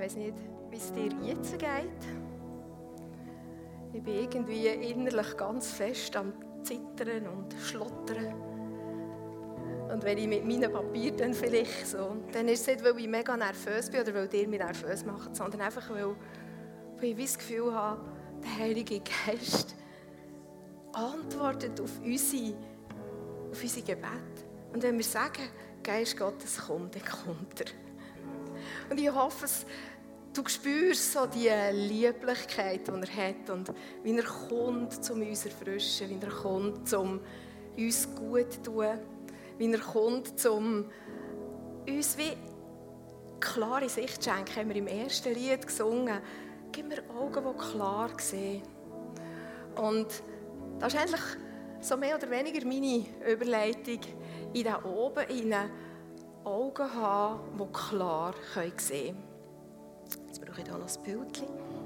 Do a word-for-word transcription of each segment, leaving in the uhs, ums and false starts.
weiss nicht, wie es dir jetzt geht. Ich bin irgendwie innerlich ganz fest am Zittern und Schlottern. Und wenn ich mit meinen Papieren dann vielleicht so, dann ist es nicht, weil ich mega nervös bin oder weil ihr mich nervös macht, sondern einfach, weil, weil ich das Gefühl habe, der Heilige Geist antwortet auf unsere, auf unsere Gebete. Und wenn wir sagen, Geist Gottes kommt, dann kommt er. Und ich hoffe, du spürst so die Lieblichkeit, die er hat und wie er kommt, um uns zu erfrischen, wie er kommt, um uns gut zu tun, wie er kommt, um uns wie klare Sicht zu schenken. Haben wir im ersten Lied gesungen, gib mir Augen, die klar sehen. Und das ist eigentlich so mehr oder weniger meine Überleitung, in da oben in Augen haben, die klar sehen können. Jetzt brauche ich hier noch ein Bildchen.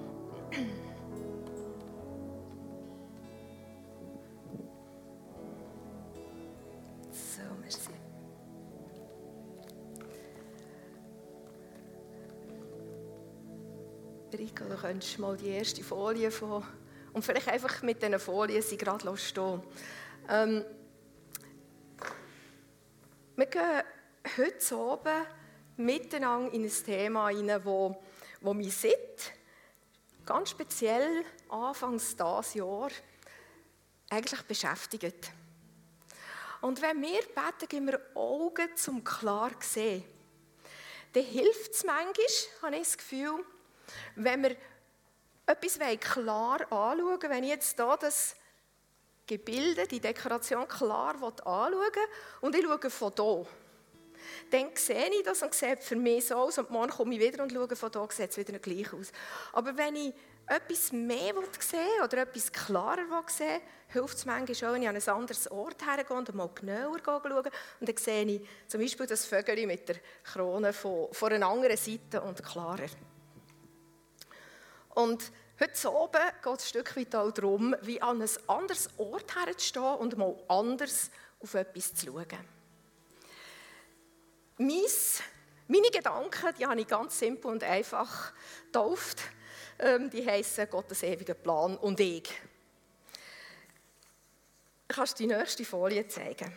So, merci. Rico, du könntest mal die erste Folie von und vielleicht einfach mit diesen Folien sie gerade stehen. Ähm, wir gehen heute oben miteinander in ein Thema hinein, wo, wo mich seit ganz speziell Anfangs dieses Jahr eigentlich beschäftigt. Und wenn wir beten, geben wir Augen zum klar sehen. Dann hilft es manchmal, habe ich das Gefühl, wenn wir etwas klar anschauen wollen, wenn ich jetzt hier das Gebilde, die Dekoration klar anschauen will und ich schaue von hier, dann sehe ich das und sehe für mich so aus und morgen komme ich wieder und schaue von hier, sieht es wieder gleich aus. Aber wenn ich etwas mehr sehen oder etwas klarer sehen will, hilft es manchmal auch, wenn ich an ein anderes Ort hergehe und mal genauer schaue. Und dann sehe ich zum Beispiel das Vögel mit der Krone von, von einer anderen Seite und klarer. Und heute oben geht es ein Stück weit auch darum, wie an ein anderes Ort herzustehen und mal anders auf etwas zu schauen. Mies, meine Gedanken, die habe ich ganz simpel und einfach getauft. Ähm, die heissen Gottes ewiger Plan und ich. Kannst du die nächste Folie zeigen?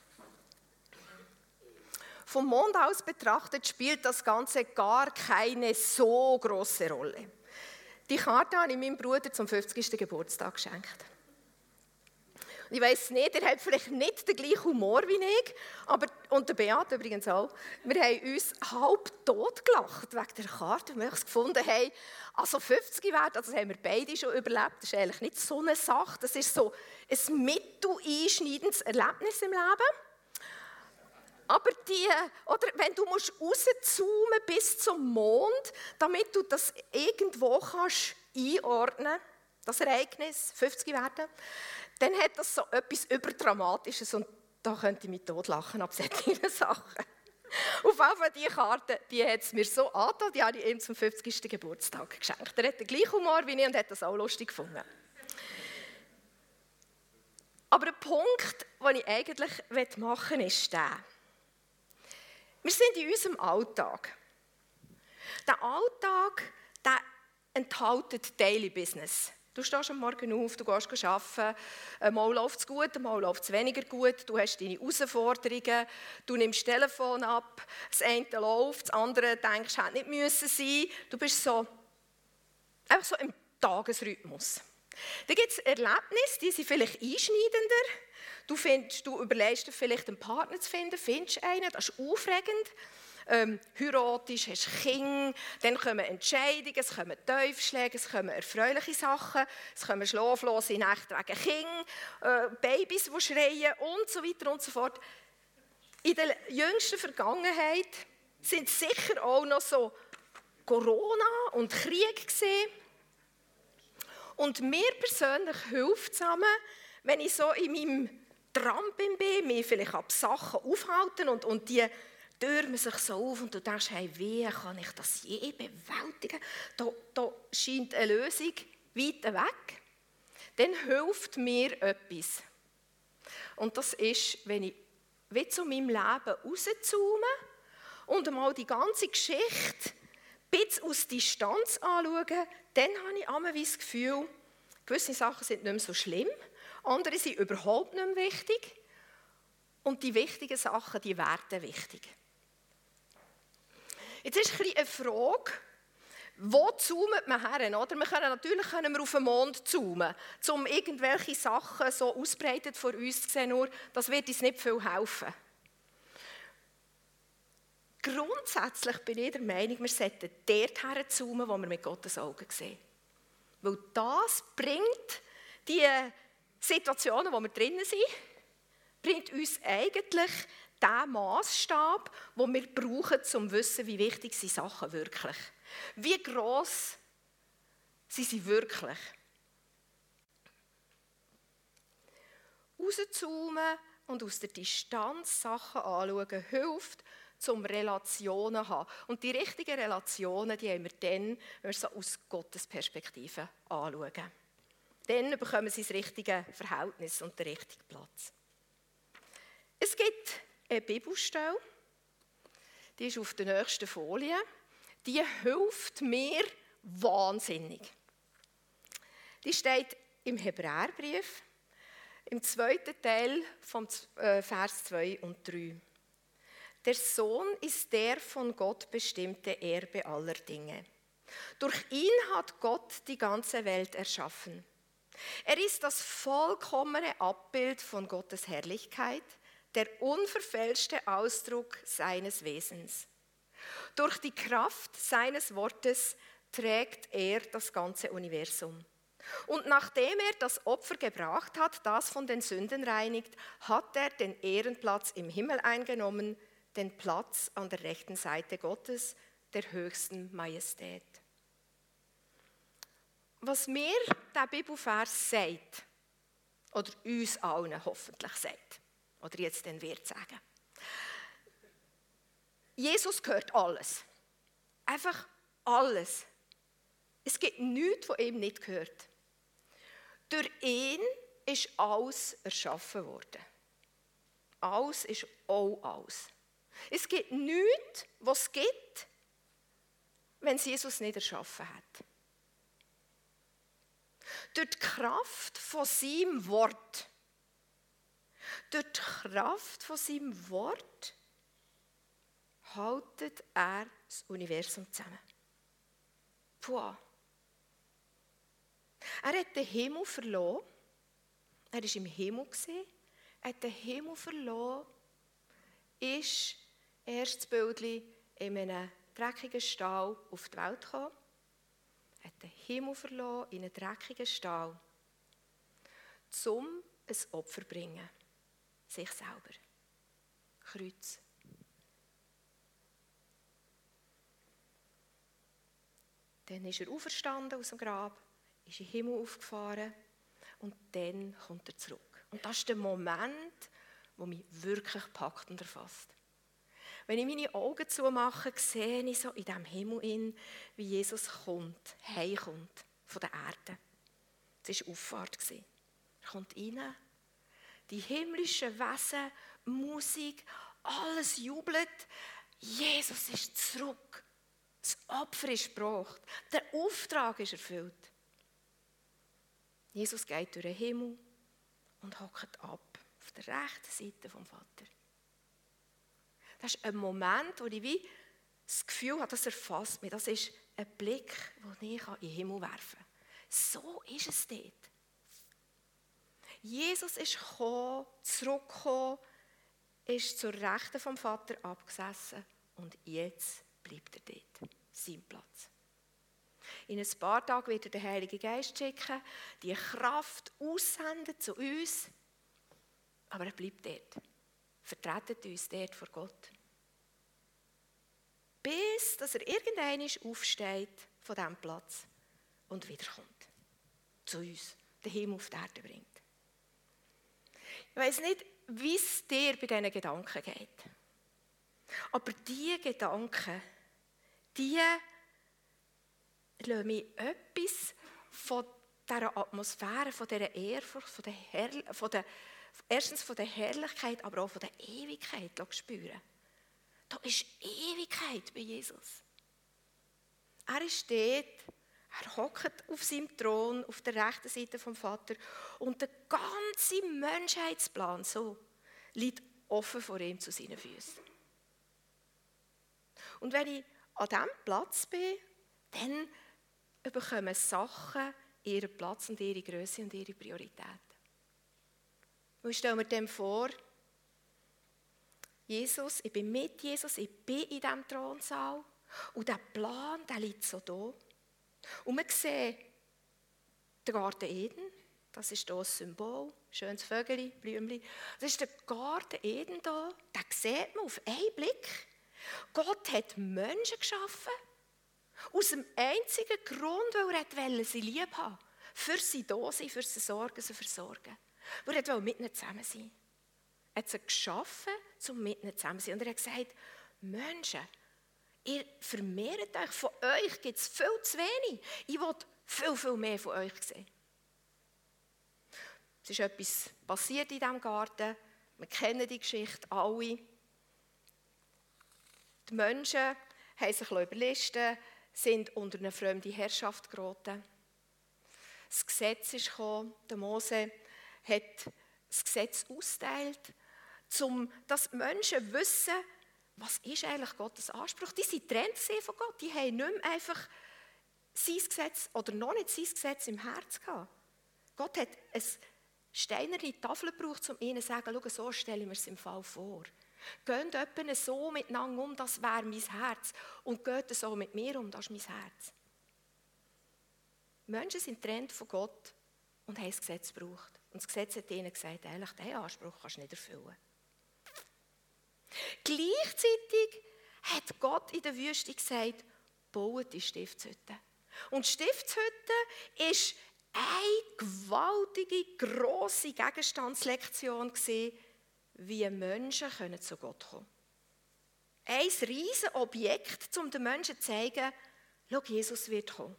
Vom Mond aus betrachtet spielt das Ganze gar keine so große Rolle. Die Karte habe ich meinem Bruder zum fünfzigsten Geburtstag geschenkt. Ich weiss nicht, er hat vielleicht nicht den gleichen Humor wie ich, aber, und der Beat übrigens auch. Wir haben uns halb tot gelacht wegen der Karte, weil wir gefunden haben, also fünfzig werden, also das haben wir beide schon überlebt, das ist eigentlich nicht so eine Sache, das ist so ein mitteleinschneidendes Erlebnis im Leben. Aber die, oder wenn du musst rauszoomen bis zum Mond, damit du das irgendwo kannst einordnen, das Ereignis, fünfzig werden, dann hat das so etwas Überdramatisches und da könnte ich mich totlachen ab solchen Sachen. Auf jeden Fall diese Karte, die hat es mir so angetan, die habe ich ihm zum fünfzigsten Geburtstag geschenkt. Er hat den gleichen Humor wie ich und hat das auch lustig gefunden. Aber der Punkt, den ich eigentlich machen will, ist der. Wir sind in unserem Alltag. Der Alltag, der enthält Daily Business. Du stehst am Morgen auf, du gehst arbeiten, mal läuft es gut, mal läuft es weniger gut, du hast deine Herausforderungen, du nimmst das Telefon ab, das eine läuft, das andere denkst, hätte nicht müssen sein. Du bist so, einfach so im Tagesrhythmus. Dann gibt es Erlebnisse, die sind vielleicht einschneidender. Du, findest, du überlegst dir vielleicht einen Partner zu finden, findest einen, das ist aufregend. Ähm, heiratest, hast Kinder, dann kommen Entscheidungen, es kommen Tiefschläge, es kommen erfreuliche Sachen, es kommen schlaflose Nächte wegen Kindern, äh, Babys, die schreien und so weiter und so fort. In der jüngsten Vergangenheit sind sicher auch noch so Corona und Krieg gesehen. Und mir persönlich hilft es zusammen, wenn ich so in meinem Trampeln bin, mich vielleicht ab Sachen aufhalten und, und die türmen sich so auf und du denkst, hey, wie kann ich das je bewältigen? Da, da scheint eine Lösung weit weg. Dann hilft mir etwas. Und das ist, wenn ich wie zu meinem Leben rauszoome und einmal die ganze Geschichte bisschen aus Distanz anschauen, dann habe ich immer das Gefühl, gewisse Sachen sind nicht mehr so schlimm, andere sind überhaupt nicht mehr wichtig und die wichtigen Sachen, die werden wichtig. Jetzt ist ein bisschen eine Frage, wo zoomt man her? Oder? Wir können, natürlich können wir auf den Mond zoomen, um irgendwelche Sachen so ausbreitet vor uns zu sehen, nur das wird uns nicht viel helfen. Grundsätzlich bin ich der Meinung, wir sollten dort herzoomen, wo wir mit Gottes Augen sehen. Weil das bringt die Situationen, wo wir drinnen sind, bringt uns eigentlich den Massstab, den wir brauchen, um zu wissen, wie wichtig sind Sachen wirklich. Wie gross sind sie wirklich. Rauszoomen und aus der Distanz Sachen anschauen, hilft, um Relationen zu haben. Und die richtigen Relationen, die haben wir dann, wenn wir sie aus Gottes Perspektive anschauen. Dann bekommen sie das richtige Verhältnis und den richtigen Platz. Es gibt eine Bibelstelle, die ist auf der nächsten Folie, die hilft mir wahnsinnig. Die steht im Hebräerbrief, im zweiten Teil von Vers zwei und drei. Der Sohn ist der von Gott bestimmte Erbe aller Dinge. Durch ihn hat Gott die ganze Welt erschaffen. Er ist das vollkommene Abbild von Gottes Herrlichkeit, der unverfälschte Ausdruck seines Wesens. Durch die Kraft seines Wortes trägt er das ganze Universum. Und nachdem er das Opfer gebracht hat, das von den Sünden reinigt, hat er den Ehrenplatz im Himmel eingenommen, den Platz an der rechten Seite Gottes, der höchsten Majestät. Was mir der Bibelvers sagt, oder uns allen hoffentlich sagt, oder jetzt dann wird sagen, Jesus gehört alles. Einfach alles. Es gibt nichts, was ihm nicht gehört. Durch ihn ist alles erschaffen worden. Alles ist auch alles. Es gibt nichts, was es gibt, wenn es Jesus nicht erschaffen hat. Durch die Kraft von seinem Wort, durch die Kraft von seinem Wort, haltet er das Universum zusammen. Puh. Er hat den Himmel verloren. Er war im Himmel. Er hat den Himmel verloren. Ist erst das Bildchen in einem dreckigen Stall auf die Welt gekommen. Er hat den Himmel verloren in einen dreckigen Stall, um ein Opfer zu bringen. Sich selber. Kreuz. Dann ist er auferstanden aus dem Grab, ist in den Himmel aufgefahren und dann kommt er zurück. Und das ist der Moment, der mich wirklich packt und erfasst. Wenn ich meine Augen zumache, sehe ich so in diesem Himmel, in, wie Jesus kommt, heimkommt von der Erde. Das war Auffahrt. Er kommt rein, die himmlischen Wesen, Musik, alles jubelt. Jesus ist zurück. Das Opfer ist gebracht. Der Auftrag ist erfüllt. Jesus geht durch den Himmel und hockt ab auf der rechten Seite vom Vater. Das ist ein Moment, wo ich wie das Gefühl habe, das erfasst mich. Das ist ein Blick, den ich in den Himmel werfen kann. So ist es dort. Jesus ist gekommen, zurückgekommen, ist zur Rechten vom Vater abgesessen und jetzt bleibt er dort, sein Platz. In ein paar Tagen wird er den Heiligen Geist schicken, die Kraft aussenden zu uns, aber er bleibt dort. Vertretet uns dort vor Gott. Bis dass er irgendwann aufsteht von diesem Platz und wiederkommt. Zu uns, den Himmel auf die Erde bringt. Ich weiss nicht, wie es dir bei diesen Gedanken geht. Aber diese Gedanken, die lassen mich etwas von dieser Atmosphäre, von dieser Ehrfurcht, von der Herr- von der erstens von der Herrlichkeit, aber auch von der Ewigkeit spüren. Da ist Ewigkeit bei Jesus. Er ist dort, er hockt auf seinem Thron, auf der rechten Seite vom Vater und der ganze Menschheitsplan so liegt offen vor ihm zu seinen Füßen. Und wenn ich an diesem Platz bin, dann bekommen Sachen ihren Platz und ihre Größe und ihre Priorität. Und ich stelle mir dem vor, Jesus, ich bin mit Jesus, ich bin in diesem Thronsaal und der Plan, der liegt so da. Und wir sehen den Garten Eden, das ist hier ein Symbol, schönes Vögel, Blümchen. Das ist der Garten Eden hier, den sieht man auf einen Blick. Gott hat Menschen geschaffen, aus dem einzigen Grund, weil er wollte sie lieb haben, für sie da sein, für sie sorgen, sie versorgen. Weil er wollte mit ihnen zusammen sein. Er hat sie geschaffen, um mit ihnen zusammen zu sein. Und er hat gesagt, Menschen, ihr vermehrt euch, von euch gibt es viel zu wenig. Ich will viel, viel mehr von euch sehen. Es ist etwas passiert in diesem Garten. Wir kennen die Geschichte alle. Die Menschen haben sich überlisten, sind unter eine fremde Herrschaft geraten. Das Gesetz ist gekommen, der Mose hat das Gesetz ausgeteilt, um dass die Menschen wissen, was ist eigentlich Gottes Anspruch. Die sind getrennt von Gott, die haben nicht mehr einfach sein Gesetz oder noch nicht sein Gesetz im Herz gehabt. Gott hat eine steinerne Tafel gebraucht, um ihnen zu sagen, schau, so stelle ich mir es im Fall vor. Geht etwa so miteinander um, das wäre mein Herz. Und geht so mit mir um, das ist mein Herz. Menschen sind getrennt von Gott und haben das Gesetz gebraucht. Und das Gesetz hat ihnen gesagt, ehrlich, diesen Anspruch kannst du nicht erfüllen. Gleichzeitig hat Gott in der Wüste gesagt, baut die Stiftshütte. Und die Stiftshütte ist eine gewaltige, grosse Gegenstandslektion gewesen, wie Menschen können zu Gott kommen. Ein riesiges Objekt, um den Menschen zu zeigen, schau, Jesus wird kommen.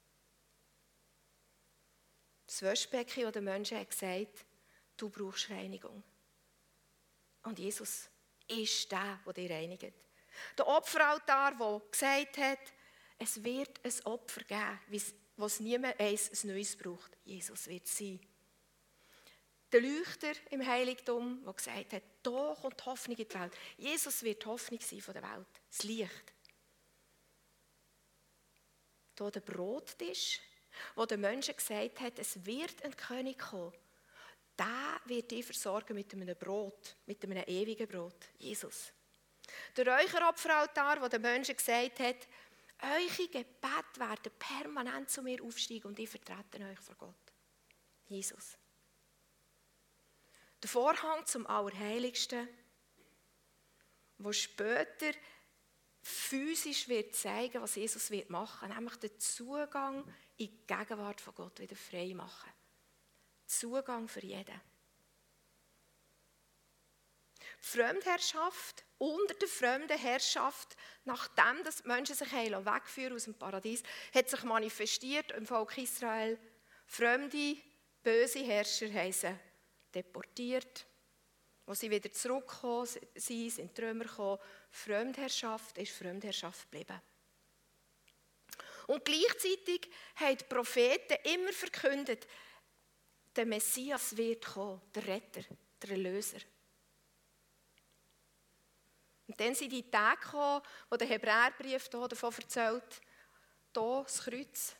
Das Waschbecken, das den Menschen hat gesagt, du brauchst Reinigung. Und Jesus ist der, der dich reinigt. Der Opferaltar, der gesagt hat, es wird ein Opfer geben, was niemand eins ein neues braucht. Jesus wird sein. Der Leuchter im Heiligtum, der gesagt hat, da kommt Hoffnung in die Welt. Jesus wird die Hoffnung sein von der Welt, das Licht. Hier der Brottisch, wo der Menschen gesagt hat, es wird ein König kommen. Der wird dich versorgen mit einem Brot, mit einem ewigen Brot, Jesus. Der Räucheropferaltar, wo der Menschen gesagt hat, eure Gebete werden permanent zu mir aufsteigen und ich vertrete euch vor Gott, Jesus. Der Vorhang zum Allerheiligsten, wo später physisch wird zeigen, was Jesus wird machen, nämlich den Zugang in die Gegenwart von Gott wieder frei machen. Zugang für jeden. Die Fremdherrschaft, unter der fremden Herrschaft, nachdem die Menschen sich wegführen aus dem Paradies, hat sich manifestiert im Volk Israel. Fremde, böse Herrscher haben sie deportiert. Als sie wieder zurückgekommen sind, sind die Römer gekommen. Fremdherrschaft ist Fremdherrschaft geblieben. Und gleichzeitig haben die Propheten immer verkündet, der Messias wird kommen, der Retter, der Erlöser. Und dann sind die Tage gekommen, wo der Hebräerbrief davon erzählt, hier das Kreuz.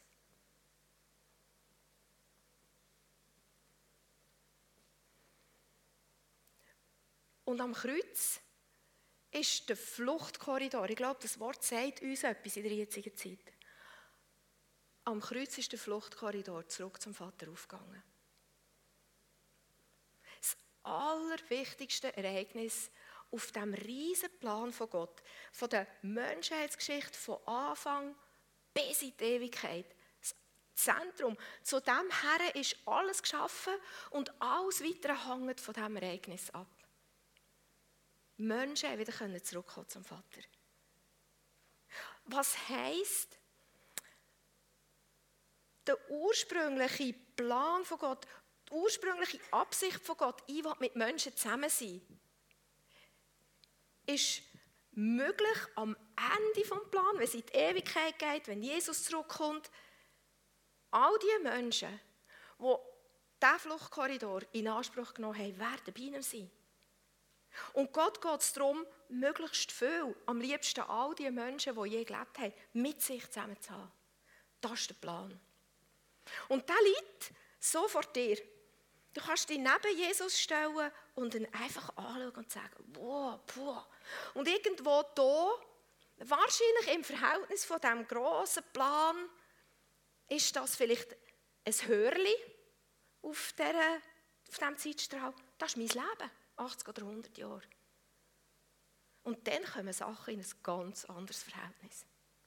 Und am Kreuz ist der Fluchtkorridor. Ich glaube, das Wort sagt uns etwas in der jetzigen Zeit. Am Kreuz ist der Fluchtkorridor zurück zum Vater aufgegangen. Das allerwichtigste Ereignis auf diesem riesen Plan von Gott, von der Menschheitsgeschichte von Anfang bis in die Ewigkeit. Das Zentrum. Zu dem Herren ist alles geschaffen und alles Weitere hängt von diesem Ereignis ab. Menschen haben wieder zurückkommen zum Vater. Was heisst, der ursprüngliche Plan von Gott, die ursprüngliche Absicht von Gott, ich will mit Menschen zusammen sein, ist möglich am Ende des Plans, wenn es in die Ewigkeit geht, wenn Jesus zurückkommt, all die Menschen, die diesen Fluchtkorridor in Anspruch genommen haben, werden bei ihm sein. Und Gott geht es darum, möglichst viel, am liebsten all die Menschen, die je gelebt haben, mit sich zusammen zu haben. Das ist der Plan. Und der liegt so vor dir. Du kannst dich neben Jesus stellen und ihn einfach anschauen und sagen, wow, puh. Und irgendwo da, wahrscheinlich im Verhältnis von diesem grossen Plan, ist das vielleicht ein Hörli auf, dieser, auf diesem Zeitstrahl. Das ist mein Leben, achtzig oder hundert Jahre. Und dann kommen Sachen in ein ganz anderes Verhältnis.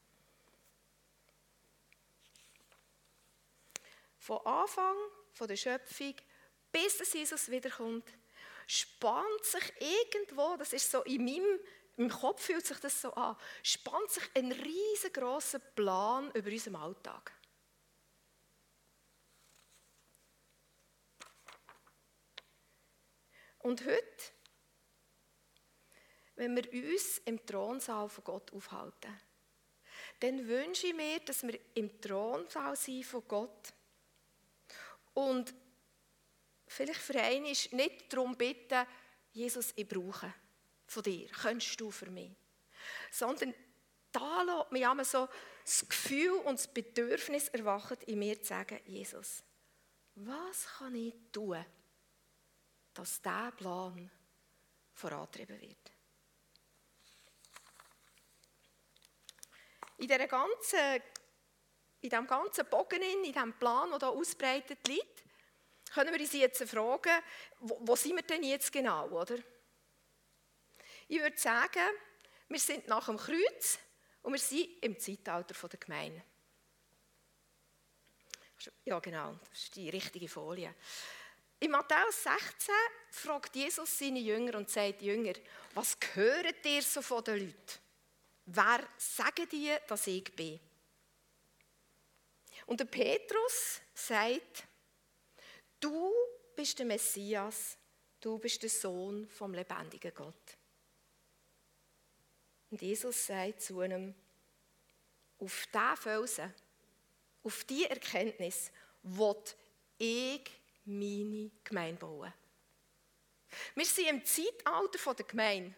Von Anfang von der Schöpfung bis Jesus wiederkommt, spannt sich irgendwo, das ist so in meinem, in meinem Kopf fühlt sich das so an, spannt sich ein riesengroßer Plan über unseren Alltag. Und heute, wenn wir uns im Thronsaal von Gott aufhalten, dann wünsche ich mir, dass wir im Thronsaal sind von Gott und vielleicht für einen ist nicht darum bitten, Jesus, ich brauche von dir, könntest du für mich. Sondern da lässt mich immer so das Gefühl und das Bedürfnis erwachen, in mir zu sagen, Jesus, was kann ich tun, dass dieser Plan vorangetrieben wird? In dieser ganzen, in diesem ganzen Bogen, in diesem Plan, der hier ausbreitet liegt, können wir uns jetzt fragen, wo, wo sind wir denn jetzt genau, oder? Ich würde sagen, wir sind nach dem Kreuz und wir sind im Zeitalter der Gemeinde. Ja, genau, das ist die richtige Folie. In Matthäus sechzehn fragt Jesus seine Jünger und sagt, Jünger, was hört ihr so von den Leuten? Wer sagen die, dass ich bin? Und der Petrus sagt, du bist der Messias, du bist der Sohn vom lebendigen Gott. Und Jesus sagt zu ihm, auf diesen Felsen, auf diese Erkenntnis, will ich meine Gemeinde bauen. Wir sind im Zeitalter der Gemeinde.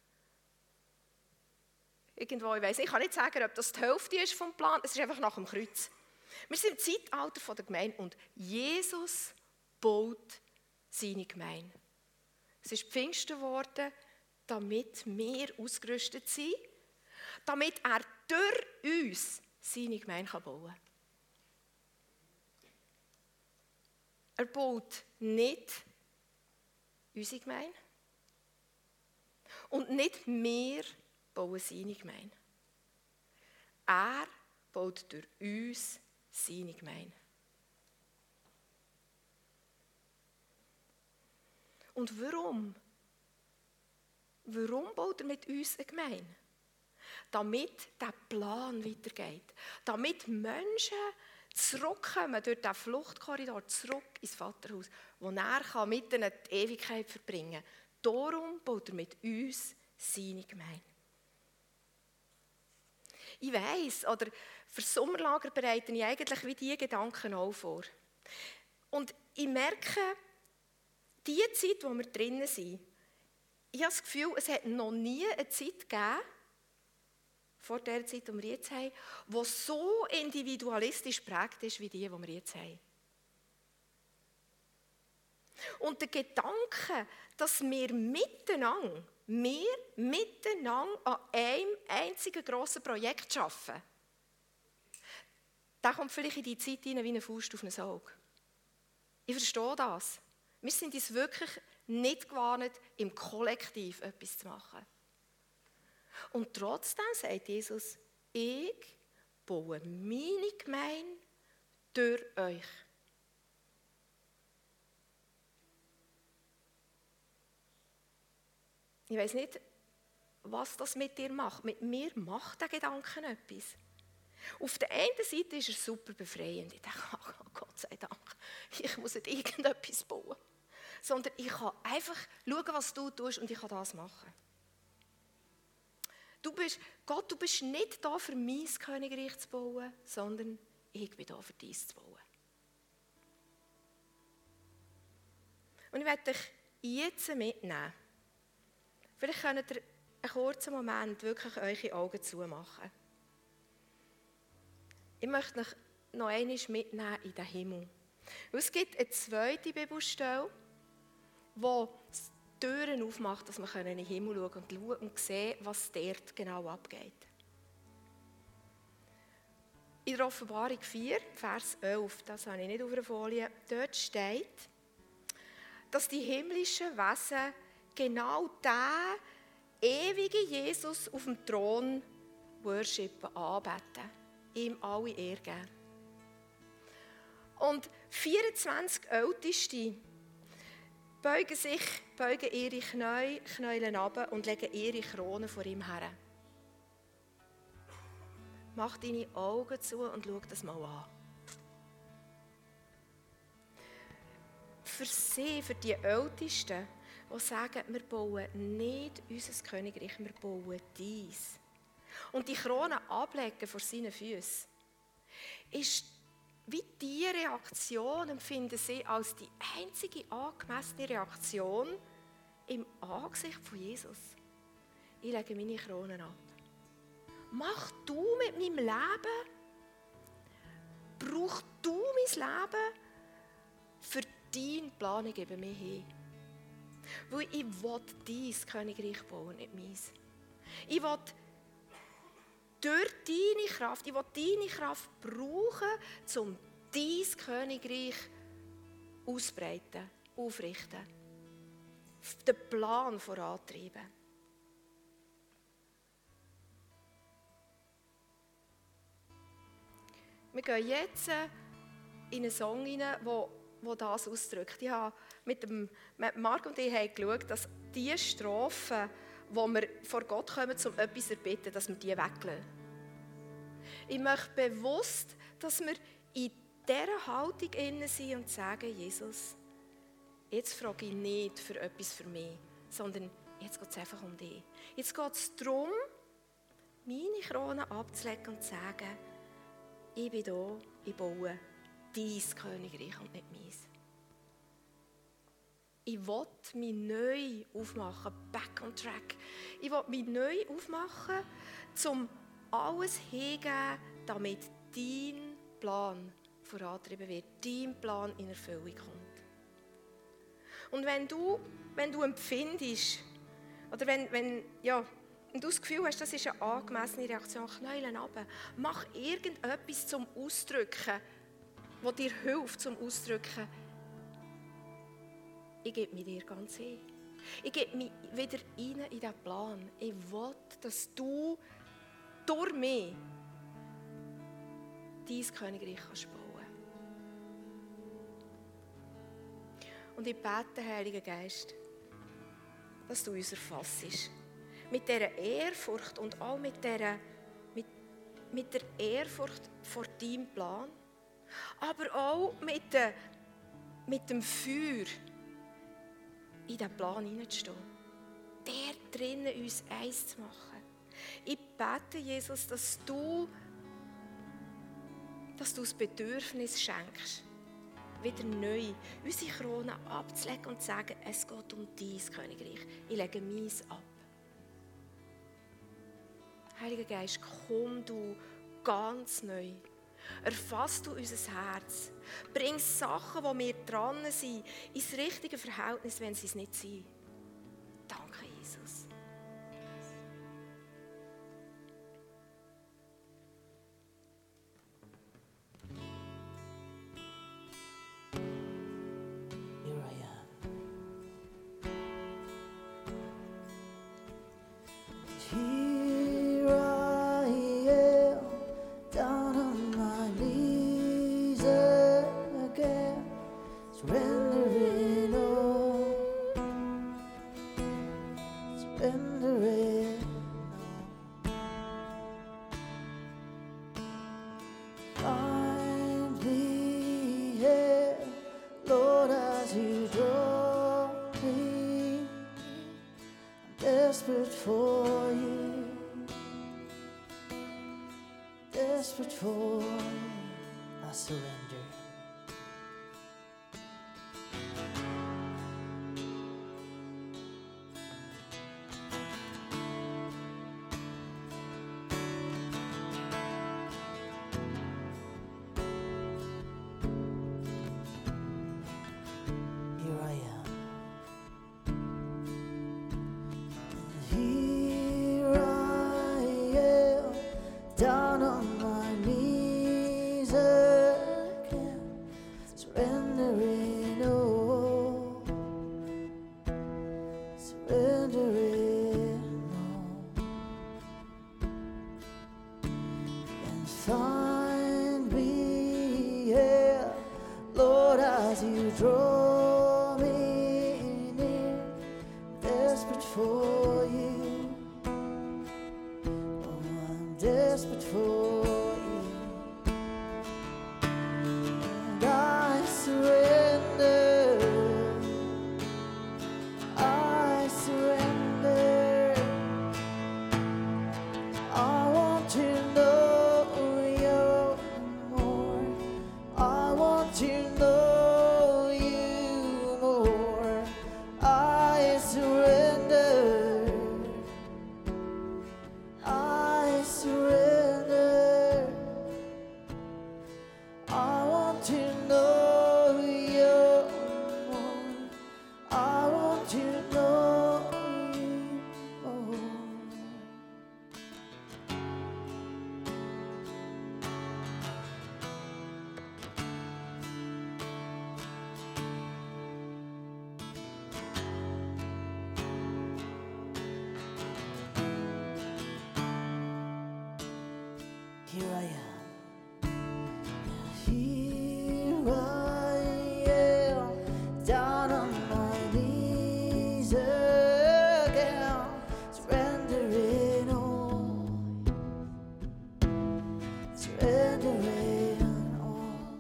Irgendwo, ich weiss nicht, ich kann nicht sagen, ob das die Hälfte ist vom Plan, es ist einfach nach dem Kreuz. Wir sind im Zeitalter der Gemeinde und Jesus baut seine Gemeinde. Es ist Pfingsten geworden, damit wir ausgerüstet sind, damit er durch uns seine Gemeinde bauen kann. Er baut nicht unsere Gemeinde und nicht wir bauen seine Gemeinde. Er baut durch uns seine Gemeinde. Und warum? Warum baut er mit uns eine Gemeinde? Damit der Plan weitergeht. Damit Menschen zurückkommen durch diesen Fluchtkorridor zurück ins Vaterhaus, wo er mit ihnen die Ewigkeit verbringen kann. Darum baut er mit uns seine Gemeinde. Ich weiss, oder für das Sommerlager bereite ich eigentlich wie diese Gedanken auch vor. Und ich merke, die Zeit, wo wir drinnen sind, ich habe das Gefühl, es hat noch nie eine Zeit gegeben, vor der Zeit, die wir jetzt haben, die so individualistisch geprägt ist, wie die, die wir jetzt haben. Und der Gedanke, dass wir miteinander, wir miteinander an einem einzigen grossen Projekt arbeiten, der kommt vielleicht in die Zeit hinein wie eine Faust auf ein Auge. Ich verstehe das. Wir sind uns wirklich nicht gewohnt, im Kollektiv etwas zu machen. Und trotzdem sagt Jesus, ich baue meine Gemeinde durch euch. Ich weiss nicht, was das mit dir macht. Mit mir macht der Gedanke etwas. Auf der einen Seite ist er super befreiend. Ich denke, oh Gott sei Dank, ich muss nicht irgendetwas bauen. Sondern ich kann einfach schauen, was du tust und ich kann das machen. du bist, Gott, du bist nicht da, für mein Königreich zu bauen, sondern ich bin da, für dies zu bauen. Und ich werde dich jetzt mitnehmen. Vielleicht könnt ihr einen kurzen Moment wirklich eure Augen zumachen. Ich möchte euch noch einmal mitnehmen in den Himmel. Und es gibt eine zweite Bibelstelle, die die Türen aufmacht, dass wir in den Himmel schauen und, und sehen, was dort genau abgeht. In der Offenbarung vier, Vers elf, das habe ich nicht auf der Folie, dort steht, dass die himmlischen Wesen genau den ewigen Jesus auf dem Thron worshipen, anbeten, ihm alle Ehre geben. Und vierundzwanzig Älteste beugen sich, beugen ihre Knie, knäulen runter und legen ihre Kronen vor ihm her. Mach deine Augen zu und schau das mal an. Für sie, für die Ältesten, die sagen, wir bauen nicht unser Königreich, wir bauen dies. Und die Kronen ablegen vor seinen Füßen, ist wie diese Reaktion empfinden sie als die einzige angemessene Reaktion im Angesicht von Jesus. Ich lege meine Kronen ab. Mach du mit meinem Leben, brauch du mein Leben für deinen Plan, ich gebe mich hin. Weil ich will dein Königreich bauen, nicht meins. Ich will durch deine Kraft, ich will deine Kraft brauchen, um dein Königreich auszubreiten, aufrichten, den Plan vorantreiben. Wir gehen jetzt in einen Song hinein, der, der das ausdrückt. Ich habe mit dem mit Marc und ich haben geschaut, dass die Strophen, wo wir vor Gott kommen, um etwas zu erbitten, dass wir die weglassen. Ich möchte bewusst, dass wir in dieser Haltung innen sind und sagen, Jesus, jetzt frage ich nicht für etwas für mich, sondern jetzt geht es einfach um dich. Jetzt geht es darum, meine Krone abzulegen und zu sagen, ich bin da, ich baue dein Königreich und nicht meins. Ich will mich neu aufmachen, back on track. Ich will mich neu aufmachen, um alles hingeben, damit dein Plan vorangetrieben wird, dein Plan in Erfüllung kommt. Und wenn du, wenn du empfindest, oder wenn, wenn, ja, wenn du das Gefühl hast, das ist eine angemessene Reaktion, knäulen runter, mach irgendetwas zum Ausdrücken, das dir hilft zum Ausdrücken, ich gebe mich dir ganz hin. Ich gebe mich wieder rein in diesen Plan. Ich will, dass du durch mich dein Königreich kannst bauen. Und ich bete, Heiliger Geist, dass du uns erfassest. Mit dieser Ehrfurcht und auch mit, dieser, mit, mit der Ehrfurcht vor deinem Plan, aber auch mit, der, mit dem Feuer, in diesen Plan hineinzustehen. Der drinnen uns eins zu machen. Ich bete, Jesus, dass du, dass du das Bedürfnis schenkst, wieder neu unsere Krone abzulegen und zu sagen, es geht um dein Königreich. Ich lege meins ab. Heiliger Geist, komm du ganz neu. Erfass du unser Herz. Bring Sachen, wo wir dran sind, ins richtige Verhältnis, wenn sie es nicht sind. Danke, Jesus. Here I am. Here I am, down on my knees again, surrendering all, surrendering all. Find me here, Lord, as you draw me. I'm desperate for you. desperate for you. I surrender. Here I am. Here I am, down on my knees again, surrendering all, surrendering all, and find me here, Lord, as you draw me near, desperate for you. Oh, I'm desperate for you. And I surrender. I surrender. I want to know you more. I want to know you more. I surrender. I surrender. I want to know you more. I want to know you more. Here I am. Here I am, down on my knees again, surrendering all, surrendering all.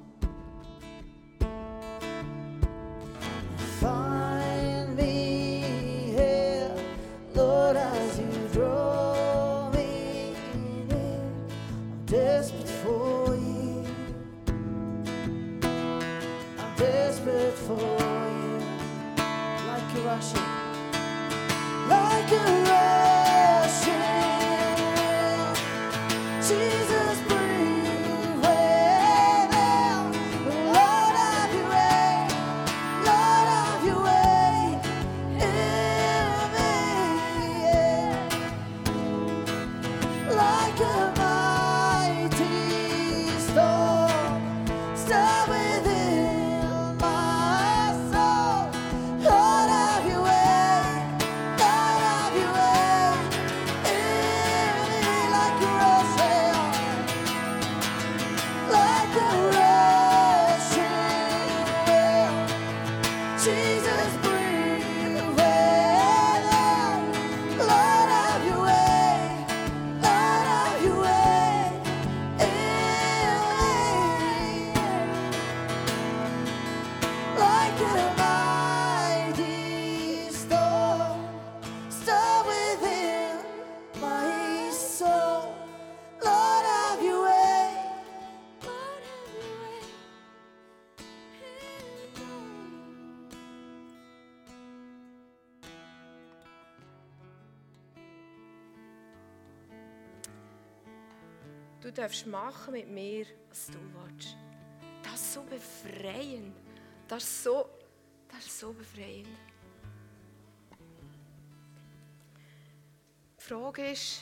Find me here, Lord, as you draw me near. I'm desperate for you. I'm desperate for you. Like a rushing, like a rushing wind. Jesus, breathe down. Lord, have your way. Lord, have your way in me. Like a mighty storm, stir within my soul. Lord, have your way. Lord, have your way in me. Like a rushing, like a rushing wind. Jesus, breathe down. Lord, have your way. Lord, have your way in me. Like a mighty storm, stir within my soul. Lord, have your way. Lord, have your way in me. Du darfst machen mit mir, was du willst. Das ist so befreiend. Das ist so, das ist so befreiend. Die Frage ist,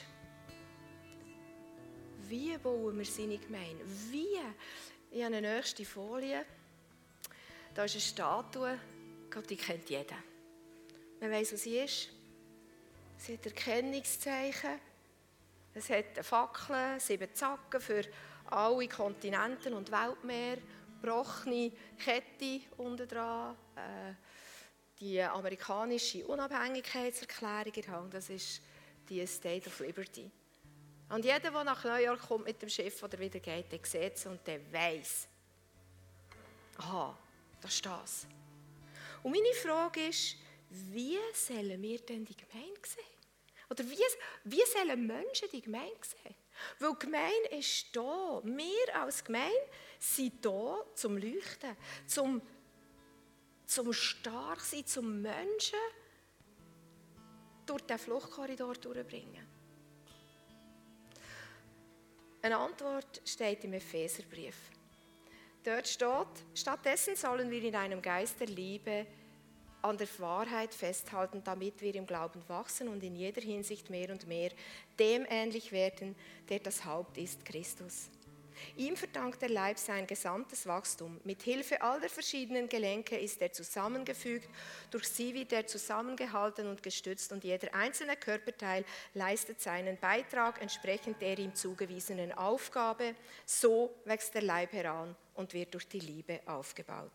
wie bauen wir seine Gemeinde? Wie? Ich habe eine nächste Folie. Da ist eine Statue, Gott, die kennt jeder. Man weiss, was sie ist. Sie hat Erkennungszeichen. Es hat eine Fackel, sieben Zacken für alle Kontinente und Weltmeere, gebrochene Kette unten dran, äh, die amerikanische Unabhängigkeitserklärung in der Hand, das ist die State of Liberty. Und jeder, der nach New York kommt mit dem Schiff oder wieder geht, der sieht es und der weiss, aha, das ist das. Und meine Frage ist, wie sollen wir denn die Gemeinde sehen? Oder wie, wie sollen Menschen die Gemeinde sehen? Weil die Gemeinde ist da. Wir als Gemeinde sind da zum Leuchten, zum, zum Starksein, zum Menschen durch den Fluchtkorridor durchbringen. Eine Antwort steht im Epheserbrief. Dort steht, stattdessen sollen wir in einem Geist der Liebe an der Wahrheit festhalten, damit wir im Glauben wachsen und in jeder Hinsicht mehr und mehr dem ähnlich werden, der das Haupt ist, Christus. Ihm verdankt der Leib sein gesamtes Wachstum. Mit Hilfe all der verschiedenen Gelenke ist er zusammengefügt, durch sie wird er zusammengehalten und gestützt und jeder einzelne Körperteil leistet seinen Beitrag entsprechend der ihm zugewiesenen Aufgabe. So wächst der Leib heran und wird durch die Liebe aufgebaut.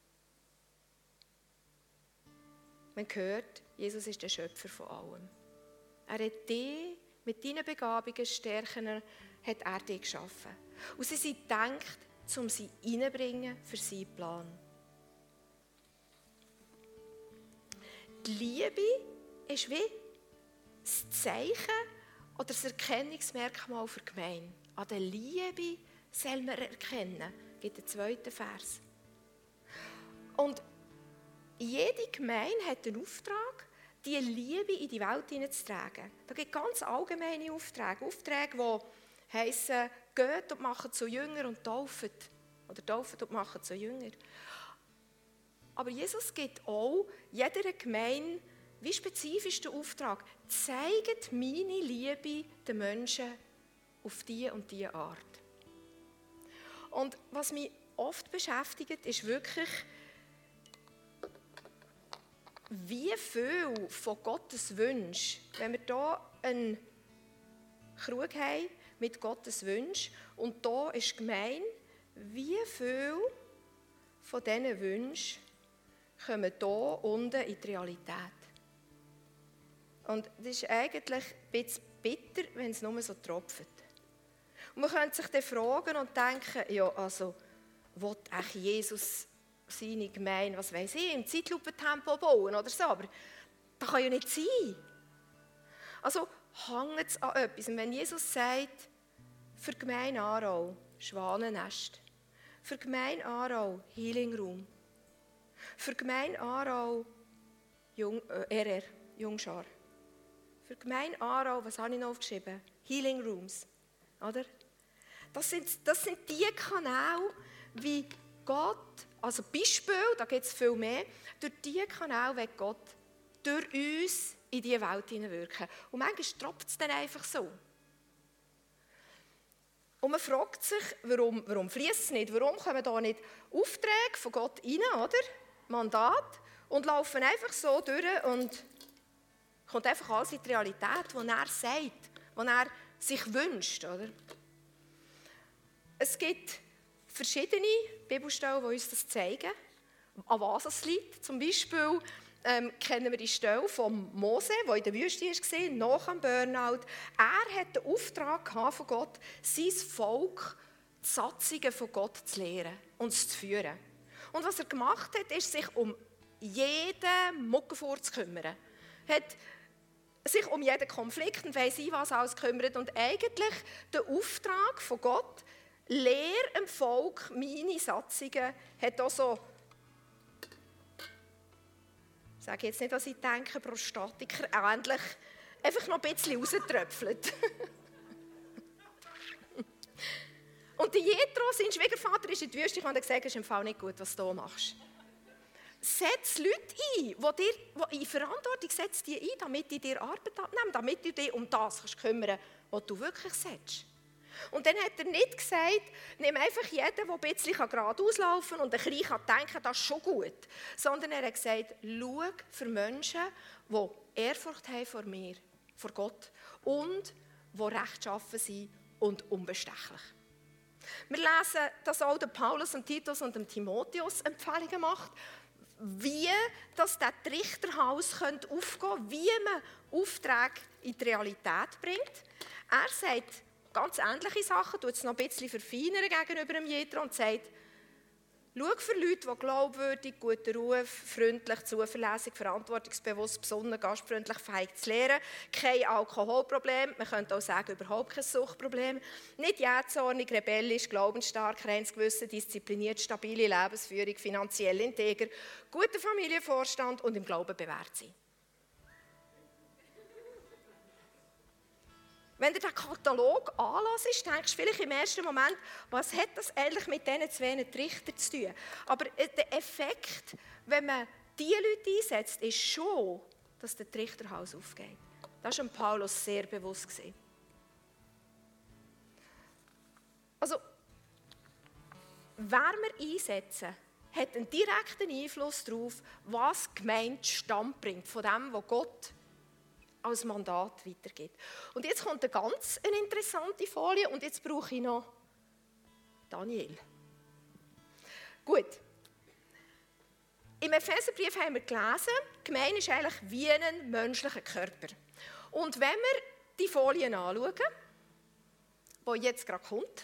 Man hört, Jesus ist der Schöpfer von allem. Er hat dich mit deinen Begabungen, Stärken, hat er dich geschaffen. Und sie sind gedacht, um sie reinzubringen für seinen Plan. Die Liebe ist wie das Zeichen oder das Erkennungsmerkmal für die Gemeinde. An der Liebe soll man erkennen, gibt der zweite Vers. Und jede Gemeinde hat einen Auftrag, diese Liebe in die Welt hineinzutragen. Da gibt es ganz allgemeine Aufträge. Aufträge, die heissen, geht und macht zu Jünger und tauft. Oder tauft und macht zu Jünger. Aber Jesus gibt auch jeder Gemeinde wie spezifisch den Auftrag, zeigt meine Liebe den Menschen auf diese und diese Art. Und was mich oft beschäftigt, ist wirklich, wie viel von Gottes Wünschen, wenn wir hier einen Krug haben mit Gottes Wünschen und hier ist gemein, wie viel von diesen Wünschen kommen hier unten in die Realität. Und das ist eigentlich ein bisschen bitter, wenn es nur so tropft. Und man könnte sich dann fragen und denken, ja, also, will echt Jesus seine Gemeinde, was weiss ich, im Zeitlupentempo bauen oder so, aber das kann ja nicht sein. Also hängt es an etwas. Und wenn Jesus sagt, für die Gemeinde Aarau, Schwanennest, für die Gemeinde Aarau, Healing Room, für die Gemeinde Aarau, Jung, äh, R R, Jungschar, für die Gemeinde Aarau, was habe ich noch aufgeschrieben? Healing Rooms, oder? Das sind, das sind die Kanäle, wie Gott, also Beispiel, da gibt es viel mehr, durch diese Kanäle will Gott durch uns in diese Welt hineinwirken. Und manchmal tropft es dann einfach so. Und man fragt sich, warum, warum fließt es nicht? Warum kommen da nicht Aufträge von Gott rein, oder? Mandat, und laufen einfach so durch und kommt einfach alles in die Realität, die er sagt, die er sich wünscht, oder? Es gibt verschiedene Bibelstellen, die uns das zeigen, an was es liegt. Zum Beispiel ähm, kennen wir die Stelle von Mose, der in der Wüste war, nach dem Burnout. Er hatte den Auftrag von Gott, sein Volk die Satzungen von Gott zu lehren und zu führen. Und was er gemacht hat, ist, sich um jeden Muckenfurz zu kümmern. Er hat sich um jeden Konflikt und weiss ich was alles gekümmert. Und eigentlich der Auftrag von Gott, lehr dem Volk meine Satzungen, hat auch so, ich sage jetzt nicht, was ich denke, Prostatiker, endlich einfach noch ein bisschen rausgetröpfelt. Und der Jethro, sein Schwiegervater, ist in die Wüste und hat gesagt, es ist im Fall nicht gut, was du hier machst. Setz Leute ein, die dir die in Verantwortung setzt die ein, damit die dir Arbeit abnehmen, damit du dich um das kannst kümmern, was du wirklich setzt. Und dann hat er nicht gesagt, nimm einfach jeden, der ein bisschen geradeaus laufen kann und ein bisschen denken kann, das ist schon gut. Sondern er hat gesagt, schau für Menschen, die Ehrfurcht haben vor mir, vor Gott und die rechtschaffen sind und unbestechlich. Wir lesen, dass auch der Paulus und Titus und dem Timotheus Empfehlungen macht, wie das Richterhaus aufgehen könnte, wie man Aufträge in die Realität bringt. Er sagt ganz ähnliche Sachen, tut es noch ein bisschen verfeinern gegenüber dem Jethro und sagt, Schau für Leute, die glaubwürdig, guten Ruf, freundlich, zuverlässig, verantwortungsbewusst, besonnen, gastfreundlich, fähig zu lehren. Kein Alkoholproblem, man könnte auch sagen, überhaupt kein Suchtproblem. Nicht jähzornig, rebellisch, glaubensstark, reines Gewissen, diszipliniert, stabile Lebensführung, finanziell integer, guter Familienvorstand und im Glauben bewährt sein. Wenn du den Katalog anlässt, denkst du vielleicht im ersten Moment, was hat das eigentlich mit diesen zwei Trichtern zu tun? Aber der Effekt, wenn man diese Leute einsetzt, ist schon, dass der Trichterhals aufgeht. Das war Paulus sehr bewusst. Also, wer wir einsetzen, hat einen direkten Einfluss darauf, was die Gemeinde Stand bringt, von dem, was Gott als Mandat weitergibt. Und jetzt kommt eine ganz eine interessante Folie und jetzt brauche ich noch Daniel. Gut. Im Epheserbrief haben wir gelesen, die Gemeinde ist eigentlich wie ein menschlicher Körper. Und wenn wir die Folien anschauen, die jetzt gerade kommt,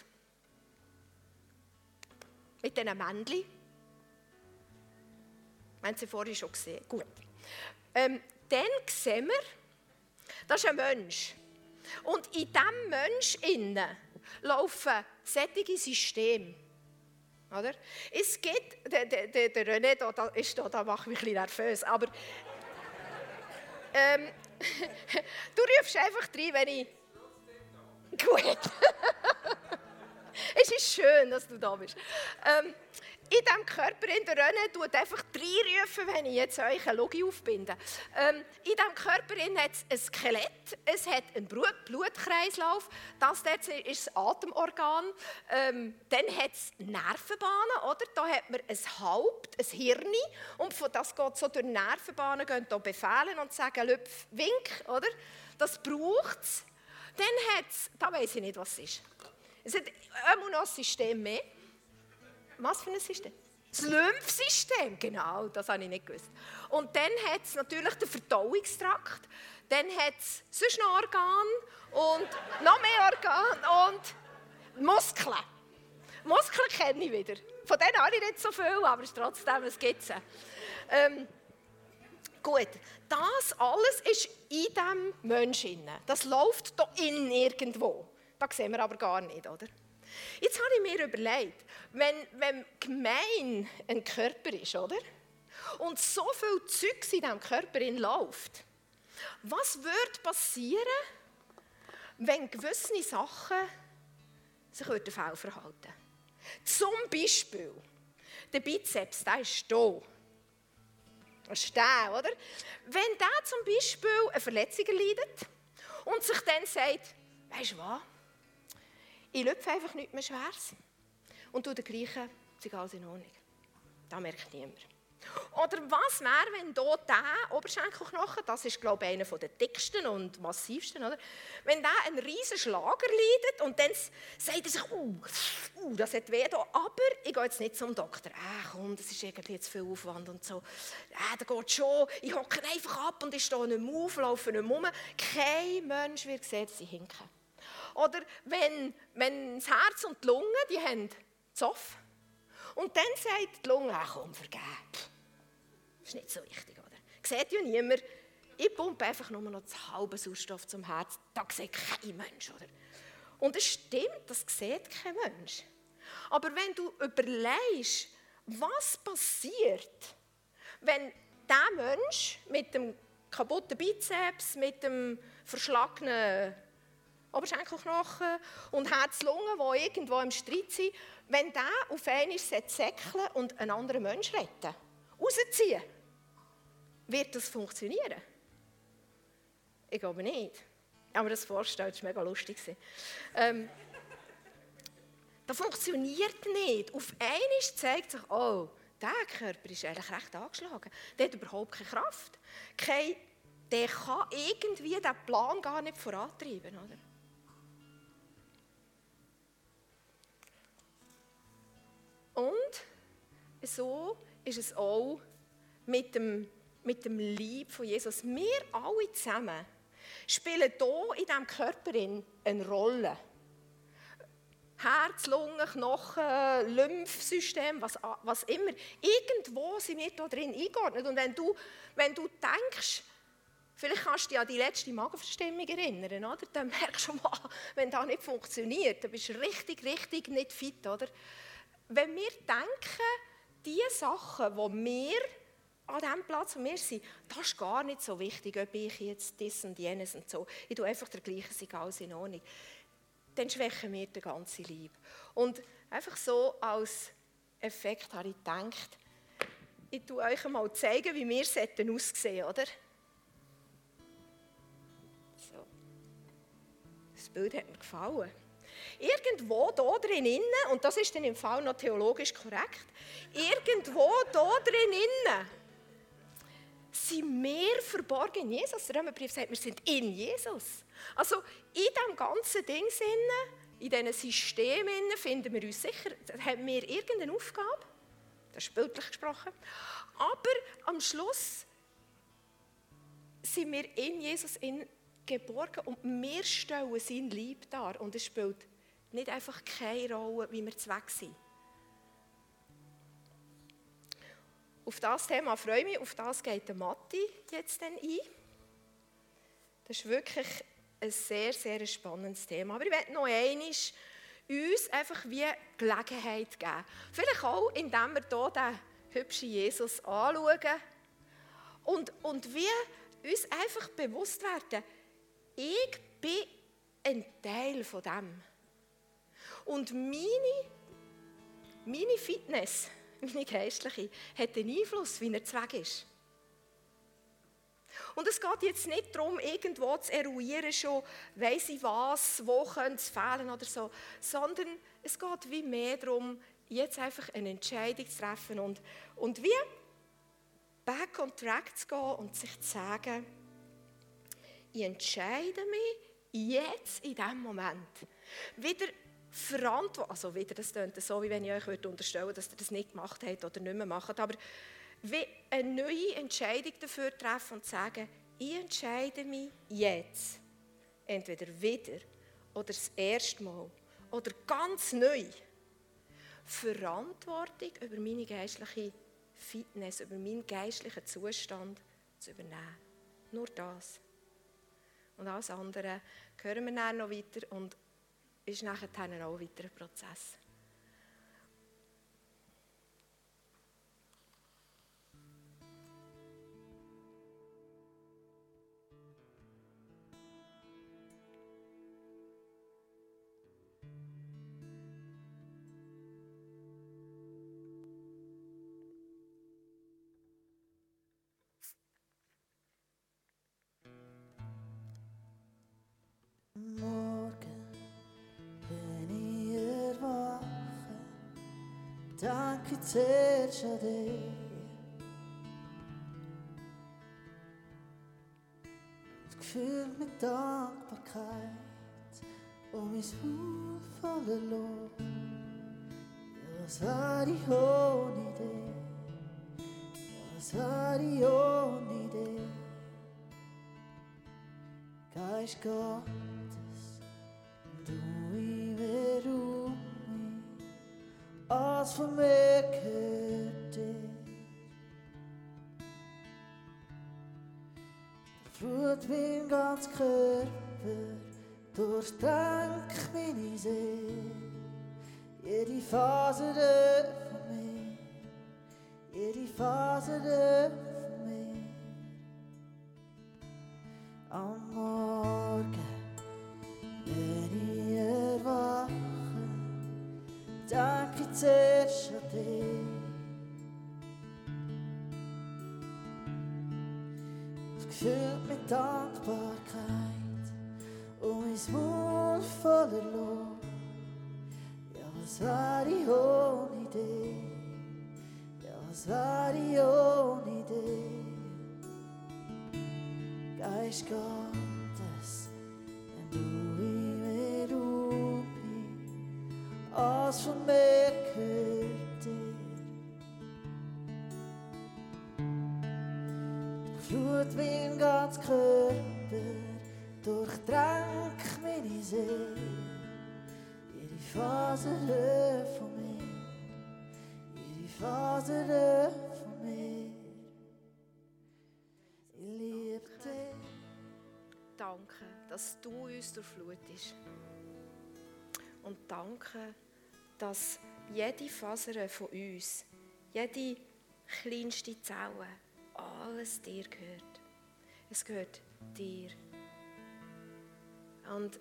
mit diesen Männchen, wir haben sie vorhin schon gesehen, gut. Ähm, dann sehen wir, das ist ein Mensch. Und in diesem Mensch innen laufen solche Systeme. Oder? Es gibt, der, der, der René da, da, ist da, da macht mich ein bisschen nervös, aber ähm, du rufst einfach rein, wenn ich... Gut. Es ist schön, dass du da bist. Ähm, in diesem Körper, in der René, tut einfach reinrufen, wenn ich jetzt euch eine Logi aufbinde. Ähm, in diesem Körper hat es ein Skelett, es hat einen Blut Blutkreislauf, das dort ist das Atemorgan. Ähm, dann hat es Nervenbahnen, oder? Da hat man ein Haupt, ein Hirn, und von das geht so durch die Nervenbahnen, gehen da Befehle und sagen, Lüpf, Wink, oder? Das braucht es. Dann hat es, da weiss ich nicht, was es ist. Es hat immer noch ein System mehr. Was für ein System? Das Lymphsystem, genau, das habe ich nicht gewusst. Und dann hat es natürlich den Verdauungstrakt, dann hat es sonst noch Organe und noch mehr Organe und Muskeln. Muskeln kenne ich wieder. Von denen habe ich nicht so viel, aber es ist trotzdem, es gibt sie. Ähm, gut, das alles ist in diesem Menschen. Das läuft hier innen irgendwo. Das sehen wir aber gar nicht, oder? Jetzt habe ich mir überlegt, wenn, wenn Gemeinde ein Körper ist, oder? Und so viel Zeugs in diesem Körper läuft, was würde passieren, wenn gewisse Sachen sich faul verhalten? Zum Beispiel, der Bizeps, der ist hier. Das ist der, oder? Wenn der zum Beispiel eine Verletzung erleidet und sich dann sagt, weisst du was? Ich lüpfe einfach nichts mehr Schweres und tue den gleichen, es ist alles in Ordnung. Das merkt niemand. Oder was wäre, wenn hier der Oberschenkelknochen, das ist, glaube ich, einer der dicksten und massivsten, oder? Wenn der einen riesen Schlag erleidet und dann sagt er sich, uh, uh, das hat weh da, aber ich gehe jetzt nicht zum Doktor. Ah, komm, das ist irgendwie jetzt viel Aufwand und so. Ah, da geht schon, ich hocke einfach ab und ich stehe nicht mehr auf, laufe nicht mehr rum. Kein Mensch wird sehen, dass sie hinken. Oder wenn, wenn das Herz und die Lunge, die haben Zoff. Und dann sagt die Lunge, ach komm, vergib. Das ist nicht so wichtig, oder? Sieht ja niemand. Ich pumpe einfach nur noch das halbe Sauerstoff zum Herz. Da sieht kein Mensch, oder? Und es stimmt, das sieht kein Mensch. Aber wenn du überlegst, was passiert, wenn der Mensch mit dem kaputten Bizeps, mit dem verschlagenen Oberschenkelknochen und Herz-Lungen, die irgendwo im Streit sind, wenn der auf einmal säckeln und einen anderen Menschen retten, rausziehen, wird das funktionieren? Ich glaube nicht. Aber das vorstellen, das war mega lustig. Ähm, das funktioniert nicht. Auf einmal zeigt sich, oh, der Körper ist eigentlich recht angeschlagen. Der hat überhaupt keine Kraft. Kein, der kann irgendwie diesen Plan gar nicht vorantreiben, oder? Und so ist es auch mit dem, mit dem Leib von Jesus. Wir alle zusammen spielen hier in diesem Körper eine Rolle. Herz, Lunge, Knochen, Lymphsystem, was, was immer. Irgendwo sind wir da drin eingeordnet. Und wenn du, wenn du denkst, vielleicht kannst du dich an die letzte Magenverstimmung erinnern, oder? Dann merkst du mal, wenn das nicht funktioniert, dann bist du richtig, richtig nicht fit, oder? Wenn wir denken, die Sachen, die wir an dem Platz, wo wir sind, das ist gar nicht so wichtig, ob ich jetzt das und jenes und so. Ich tue einfach der gleichen, ist alles in Ordnung. Dann schwächen wir den ganzen Leib. Und einfach so als Effekt habe ich gedacht, ich tue euch mal zeigen, wie wir aussehen sollten, oder? So. Das Bild hat mir gefallen. Irgendwo da drin, und das ist dann im Fall noch theologisch korrekt, irgendwo da drin sind wir verborgen in Jesus. Der Römerbrief sagt, wir sind in Jesus. Also in diesem ganzen Ding, in diesen Systemen finden wir uns sicher, haben wir irgendeine Aufgabe, das ist bildlich gesprochen, aber am Schluss sind wir in Jesus in geborgen und wir stellen sein Leib dar. Und es spielt nicht einfach keine Rolle, wie wir zweck sind. Auf das Thema freue ich mich, auf das geht der Matti jetzt dann ein. Das ist wirklich ein sehr, sehr spannendes Thema. Aber ich möchte noch einmal uns einfach wie Gelegenheit geben. Vielleicht auch, indem wir hier den hübschen Jesus anschauen und, und wir uns einfach bewusst werden, ich bin ein Teil von dem. Und meine, meine Fitness, meine geistliche, hat einen Einfluss, wie er Zweck ist. Und es geht jetzt nicht darum, irgendwo zu eruieren, schon weiss ich was, wo könnte es fehlen oder so, sondern es geht wie mehr darum, jetzt einfach eine Entscheidung zu treffen und, und wie back on track zu gehen und sich zu sagen, ich entscheide mich jetzt in diesem Moment wieder verantwortlich, also wieder, das klingt so, wie wenn ich euch unterstellen würde, dass ihr das nicht gemacht habt oder nicht mehr macht, aber wie eine neue Entscheidung dafür treffen und sagen, ich entscheide mich jetzt, entweder wieder oder das erste Mal oder ganz neu, Verantwortung über meine geistliche Fitness, über meinen geistlichen Zustand zu übernehmen. Nur das. Und alles andere hören wir dann noch weiter und ist nachher auch ein weiterer Prozess. Morgen, wenn ich erwache, danke ich zuerst an dich. Es gefüllt mit Dankbarkeit und mein Mund voller Lob. Ja, was wäre ich ohne dich? Ja, was wäre ich ohne dich? Geist Gottes, du in mir um mich, alles von mir gehört dir. Flut mein ganz Körper, durchdrängt meine Seele, jede Faser von mir, jede Faser von mir. Am Morgen, wenn ich erwache, danke ich zuerst an dich. Es gefüllt mit Dankbarkeit und mein Mund voller Lob. Ja, was wäre ich ohne dich? Ja, was wäre ich ohne dich? Geist Gottes, wenn du in mir ruhig, alles von mir gehört dir. Flut mein ganz Körper, durchdrängt meine Seele, jede Fasern von mir, jede Fasern von mir. Ich liebe dich. Danke, dass du uns durchflutest. Und danke, dass jede Faser von uns, jede kleinste Zelle, alles dir gehört. Es gehört dir. Und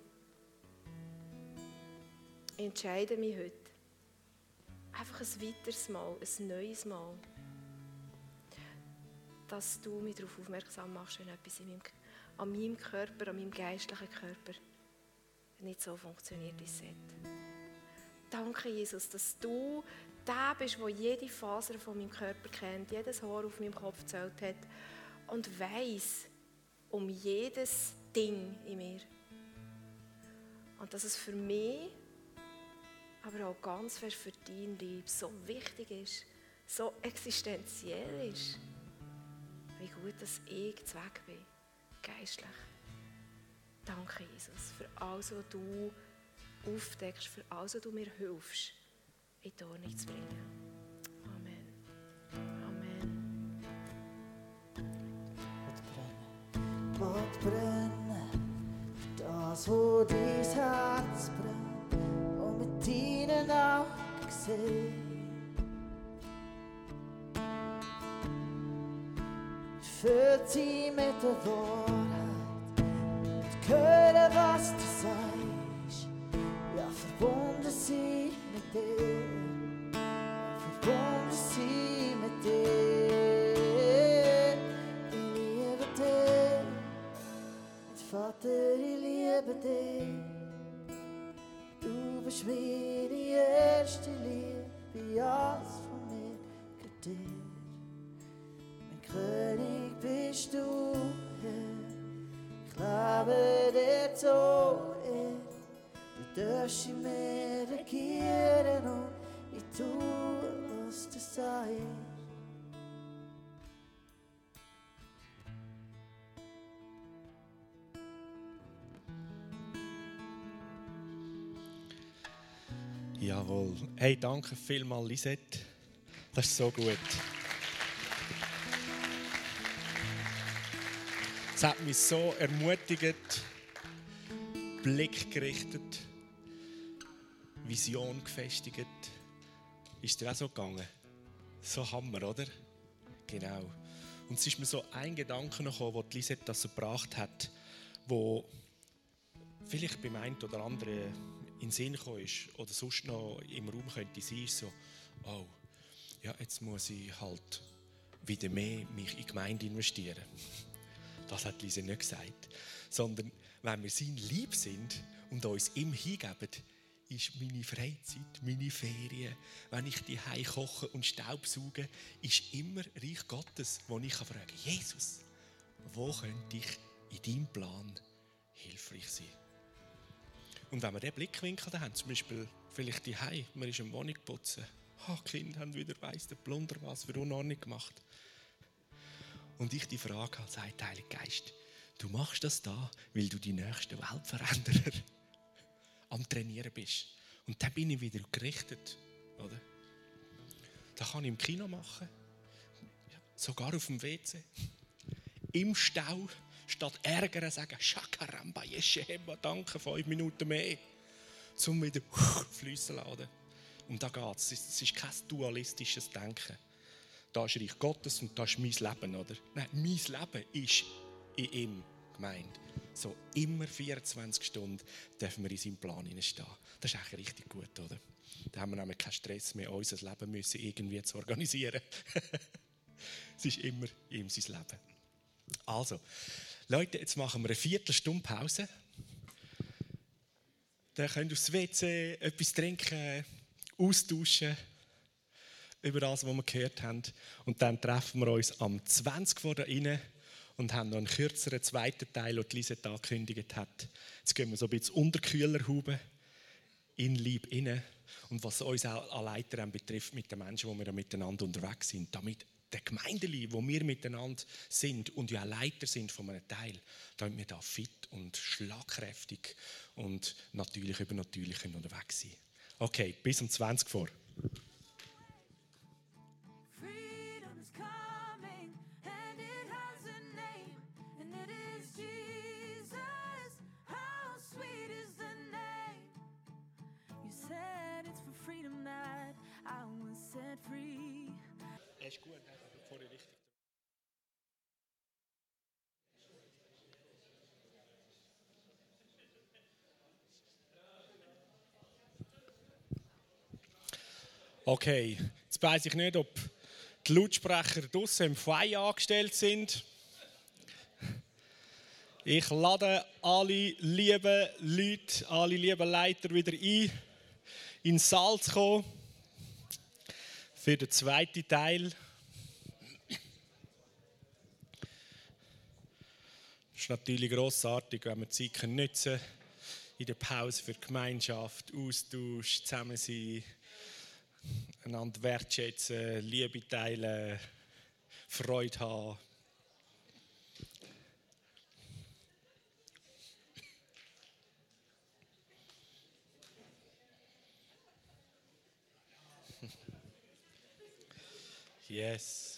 ich entscheide mich heute, einfach ein weiteres Mal, ein neues Mal, dass du mich darauf aufmerksam machst, wenn etwas in meinem, an meinem Körper, an meinem geistlichen Körper nicht so funktioniert, wie es sollte. Danke, Jesus, dass du der bist, der jede Faser von meinem Körper kennt, jedes Haar auf meinem Kopf gezählt hat und weiss um jedes Ding in mir. Und dass es für mich, aber auch ganz fest für dein Leben so wichtig ist, so existenziell ist, wie gut, dass ich Zweck bin, geistlich. Danke, Jesus, für alles, was du aufdeckst, für alles, was du mir hilfst, in die Ordnung zu bringen. Amen. Amen. Gott brennen, das, wo dein Herz brennt und mit deinen Augen sehen. Füllt sie mit der Wahrheit und hören, was du sagst. Ja, verbunden sie mit dir, ja, verbunden sie mit dir. Ich liebe dich, mit Vater, ich liebe dich. Du bist meine erste Liebe, alles von mir gehört dir. Mein König bist du, Herr, ich lebe dir zu Ehr. Du darfst in mir regieren und ich tue, was du sagst. Jawohl. Hey, danke vielmals, Lisette. Das ist so gut. Es hat mich so ermutigt, Blick gerichtet, Vision gefestigt. Ist dir auch so gegangen? So Hammer, oder? Genau. Und es ist mir so ein Gedanke gekommen, wo die Lisette das so gebracht hat, wo vielleicht beim einen oder anderen in den Sinn gekommen ist oder sonst noch im Raum könnte sein, ist so, oh, ja, jetzt muss ich halt wieder mehr mich in die Gemeinde investieren. Das hat Lise nicht gesagt. Sondern wenn wir sein Lieb sind und uns ihm hingeben, ist meine Freizeit, meine Ferien, wenn ich die Hause koche und Staubsauge, ist immer Reich Gottes, wo ich fragen kann, Jesus, wo könnte ich in deinem Plan hilfreich sein? Und wenn wir diesen Blickwinkel haben, zum Beispiel vielleicht die Hause, man ist im Wohnung putzen, oh, die Kinder haben wieder weiss der Plunder was für Unordnung gemacht. Und ich die Frage habe, sagt der Heilige Geist, du machst das da, weil du die nächsten Weltveränderer am Trainieren bist. Und dann bin ich wieder gerichtet. Oder? Das kann ich im Kino machen, sogar auf dem W C, im Stau, statt ärgern sagen, Shakaramba, Yesheba, danke, fünf Minuten mehr, um wieder fließen laden. Um da geht es. Es ist kein dualistisches Denken. Da ist Reich Gottes und das ist mein Leben, oder? Nein, mein Leben ist in ihm gemeint. So immer vierundzwanzig Stunden dürfen wir in seinem Plan hineinstehen. Das ist eigentlich richtig gut, oder? Da haben wir nämlich keinen Stress mehr, unser Leben müssen irgendwie zu organisieren. Es ist immer ihm sein Leben. Also, Leute, jetzt machen wir eine Viertelstunde Pause. Dann könnt ihr aufs W C etwas trinken, austauschen über das, was wir gehört haben. Und dann treffen wir uns am zwanzig vor da rein und haben noch einen kürzeren zweiten Teil, den Lise angekündigt hat. Jetzt gehen wir so ein bisschen Unterkühlerhaube in Lieb rein. Und was uns auch an Leitern betrifft, mit den Menschen, die wir miteinander unterwegs sind, damit der Gemeindelieb, wo wir miteinander sind und ja Leiter sind von einem Teil, damit wir da fit und schlagkräftig und natürlich übernatürlich unterwegs sein können. Okay, bis um zwanzig vor. Freedom is coming, and it has a name, and it is Jesus. How sweet is the name? You said it's for freedom that I was set free. Er ist gut, bevor ich richtig. Okay, jetzt weiss ich nicht, ob die Lautsprecher draussen im Foyer angestellt sind. Ich lade alle lieben Leute, alle lieben Leiter wieder ein, in den Saal zu kommen für den zweiten Teil. Es ist natürlich grossartig, wenn wir die Zeit nutzen können, in der Pause für Gemeinschaft, Austausch, Zusammensein, einander wertschätzen, Liebe teilen, Freude haben. Yes.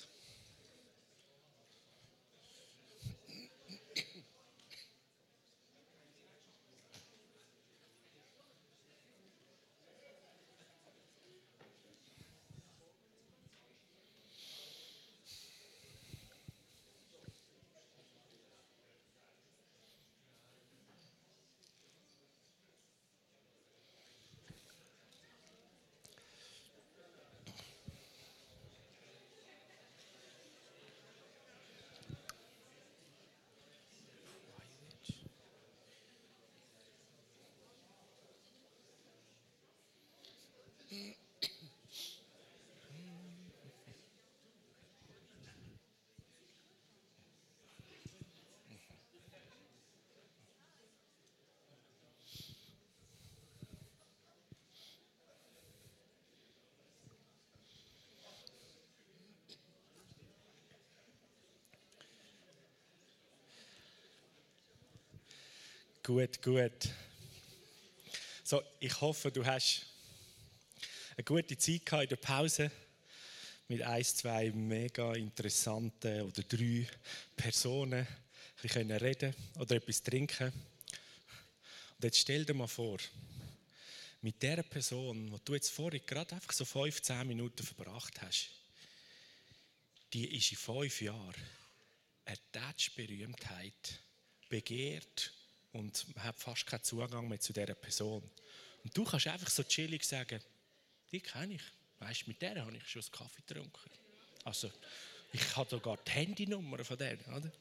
Gut, gut. So, ich hoffe, du hast eine gute Zeit gehabt in der Pause mit ein, zwei mega interessanten oder drei Personen. Wir können reden oder etwas trinken. Und jetzt stell dir mal vor, mit dieser Person, die du jetzt vorhin gerade einfach so fünf, zehn Minuten verbracht hast, die ist in fünf Jahren eine Tatsch-Berühmtheit, begehrt und man hat fast keinen Zugang mehr zu dieser Person. Und du kannst einfach so chillig sagen, die kenne ich. Weißt du, mit der habe ich schon einen Kaffee getrunken. Also, ich habe sogar die Handynummer von der, oder?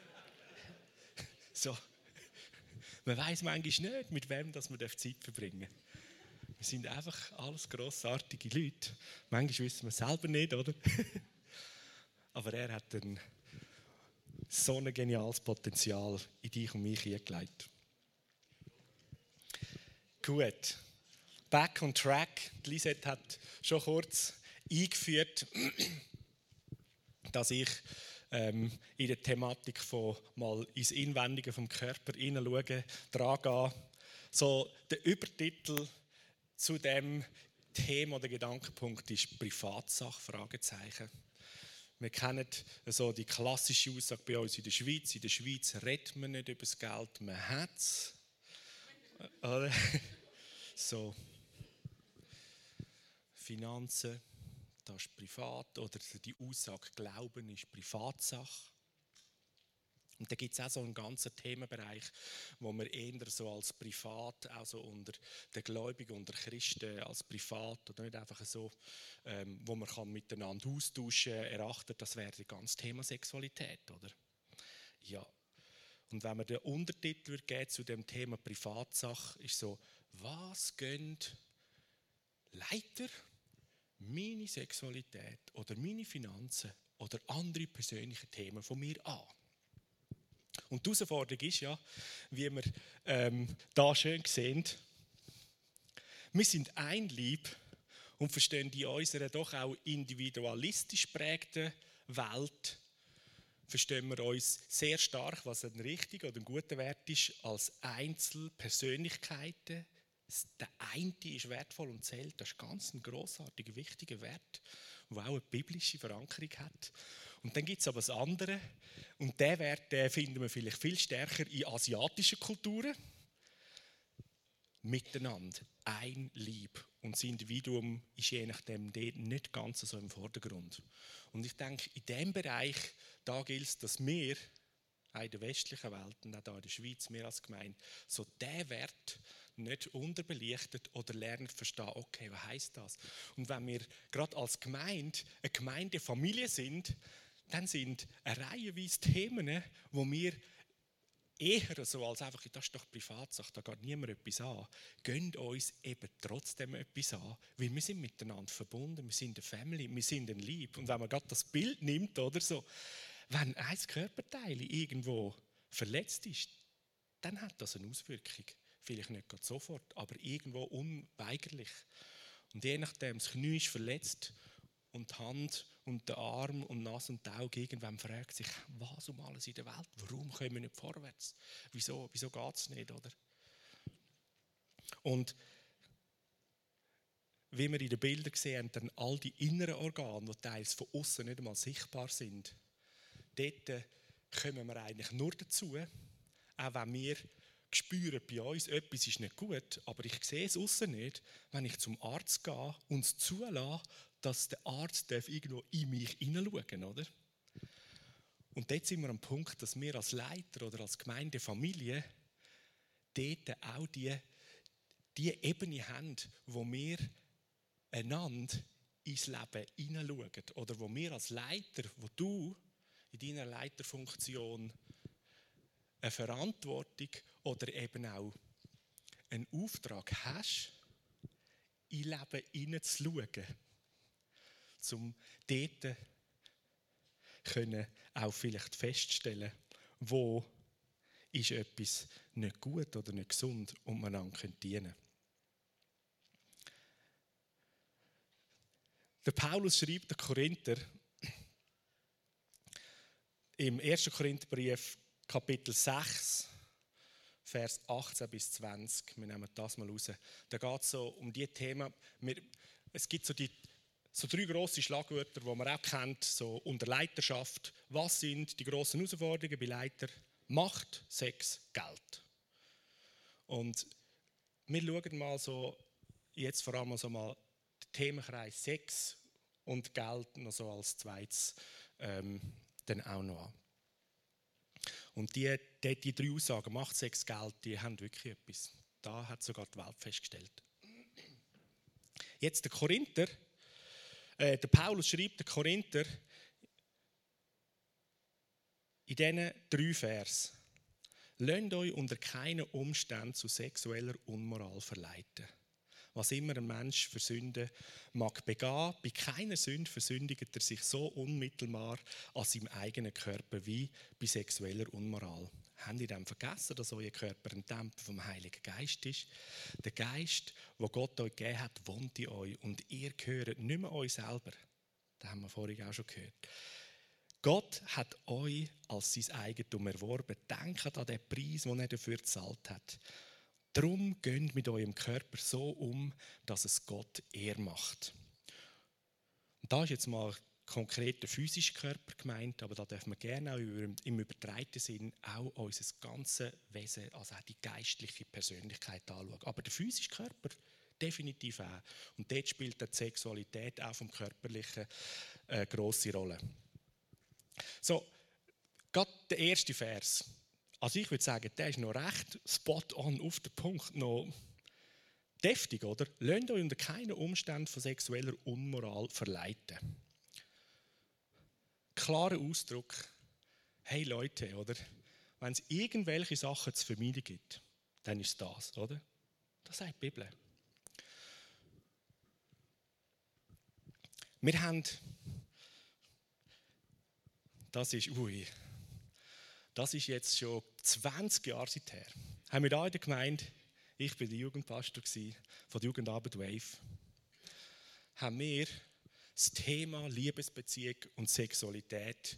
So. Man weiss manchmal nicht, mit wem dass man Zeit verbringen darf. Wir sind einfach alles grossartige Leute. Manchmal wissen wir es selber nicht, oder? Aber er hat ein so ein geniales Potenzial in dich und mich hineingelegt. Gut. Back on track. Lisette hat schon kurz eingeführt, dass ich ähm, in der Thematik von mal ins Inwendige vom Körper hineinschauen, dran gehe. So, der Übertitel zu dem Thema oder Gedankenpunkt ist Privatsache, Fragezeichen. Wir kennen so die klassische Aussage bei uns in der Schweiz. In der Schweiz redet man nicht über das Geld, man hat es. So. Finanzen, das ist privat. Oder die Aussage Glauben ist Privatsache. Und da gibt es auch so einen ganzen Themenbereich, wo man eher so als Privat, also unter den Gläubigen, unter Christen als Privat oder nicht einfach so, ähm, wo man kann miteinander austauschen, erachtet, das wäre das ganze Thema Sexualität, oder? Ja. Und wenn man den Untertitel geben zu dem Thema Privatsache, ist so, was gehen Leiter meine Sexualität oder meine Finanzen oder andere persönliche Themen von mir an? Und die Herausforderung ist ja, wie wir ähm, da schön sehen, wir sind ein Leib und verstehen in unserer doch auch individualistisch prägten Welt, verstehen wir uns sehr stark, was ein richtiger oder ein guter Wert ist, als Einzelpersönlichkeiten, der eine ist wertvoll und zählt. Das ist ganz ein grossartiger, wichtiger Wert, der auch eine biblische Verankerung hat. Und dann gibt es aber das andere. Und diesen Wert den finden wir vielleicht viel stärker in asiatischen Kulturen. Miteinander, ein Lieb. Und das Individuum ist je nachdem nicht ganz so im Vordergrund. Und ich denke, in diesem Bereich da gilt es, dass wir auch in der westlichen Welt und auch hier in der Schweiz, wir als Gemeinde, so diesen Wert nicht unterbelichtet oder lernen zu verstehen, okay, was heisst das? Und wenn wir gerade als Gemeinde eine Gemeindefamilie sind, dann sind eine Reihenweise Themen, wo wir eher so als einfach, das ist doch Privatsache, da geht niemand etwas an, gehen uns eben trotzdem etwas an, weil wir sind miteinander verbunden, wir sind eine Family, wir sind ein Lieb. Und wenn man gerade das Bild nimmt, oder so, wenn ein Körperteil irgendwo verletzt ist, dann hat das eine Auswirkung. Vielleicht nicht gerade sofort, aber irgendwo unweigerlich. Und je nachdem, das Knie ist verletzt und die Hand und der Arm und Nase und die Augen, irgendwann fragt sich, was um alles in der Welt, warum kommen wir nicht vorwärts? Wieso, wieso geht es nicht, oder? Und wie wir in den Bildern sehen, dann all die inneren Organe, die teils von außen nicht einmal sichtbar sind, dort kommen wir eigentlich nur dazu, auch wenn wir spüren bei uns, etwas ist nicht gut, aber ich sehe es außen nicht, wenn ich zum Arzt gehe und es zulasse, dass der Arzt irgendwo in mich hineinschauen, oder? Und dort sind wir am Punkt, dass wir als Leiter oder als Gemeindefamilie dort auch die, die Ebene haben, wo wir einander ins Leben hineinschauen. Oder wo wir als Leiter, wo du in deiner Leiterfunktion eine Verantwortung oder eben auch einen Auftrag hast, in Leben hineinzuschauen, um dort können auch vielleicht feststellen, wo ist etwas nicht gut oder nicht gesund und man einander dienen kann. Der Paulus schreibt den Korinther im ersten Korintherbrief, Kapitel sechs, Vers achtzehn bis zwanzig. Wir nehmen das mal raus. Da geht es so um die Themen. Wir, es gibt so, die, so drei grosse Schlagwörter, die man auch kennt, so unter Leiterschaft. Was sind die grossen Herausforderungen bei Leiter? Macht, Sex, Geld. Und wir schauen mal so, jetzt vor allem so mal den Themenkreis Sex und Geld noch so als zweites ähm, dann auch noch an. Und die, die, die drei Aussagen, Macht, Sex, Geld, die haben wirklich etwas. Da hat sogar die Welt festgestellt. Jetzt der Korinther, äh, der Paulus schreibt den Korinther in diesen drei Vers: Lasst euch unter keinen Umständen zu sexueller Unmoral verleiten. Was immer ein Mensch für Sünde mag begehen, bei keiner Sünde versündigt er sich so unmittelbar an seinem eigenen Körper wie bei sexueller Unmoral. Habt ihr dann vergessen, dass euer Körper ein Tempel vom Heiligen Geist ist? Der Geist, den Gott euch gegeben hat, wohnt in euch und ihr gehört nicht mehr euch selber. Das haben wir vorhin auch schon gehört. Gott hat euch als sein Eigentum erworben. Denkt an den Preis, den er dafür gezahlt hat. Darum geht mit eurem Körper so um, dass es Gott Ehre macht. Und da ist jetzt mal konkret der physische Körper gemeint, aber da dürfen wir gerne auch im übertreibenden Sinn auch unser ganzes Wesen, also auch die geistliche Persönlichkeit anschauen. Aber der physische Körper definitiv auch. Und dort spielt die Sexualität auch vom Körperlichen eine grosse Rolle. So, gerade der erste Vers. Also ich würde sagen, der ist noch recht spot on, auf den Punkt, noch deftig, oder? Lasst euch unter keinen Umständen von sexueller Unmoral verleiten. Klarer Ausdruck, hey Leute, oder? Wenn es irgendwelche Sachen zu vermeiden gibt, dann ist das, oder? Das sagt die Bibel. Wir haben, das ist, ui, das ist jetzt schon zwanzig Jahre seither, haben wir hier in der Gemeinde, ich war der Jugendpastor von der Jugendarbeit Wave, haben wir das Thema Liebesbeziehung und Sexualität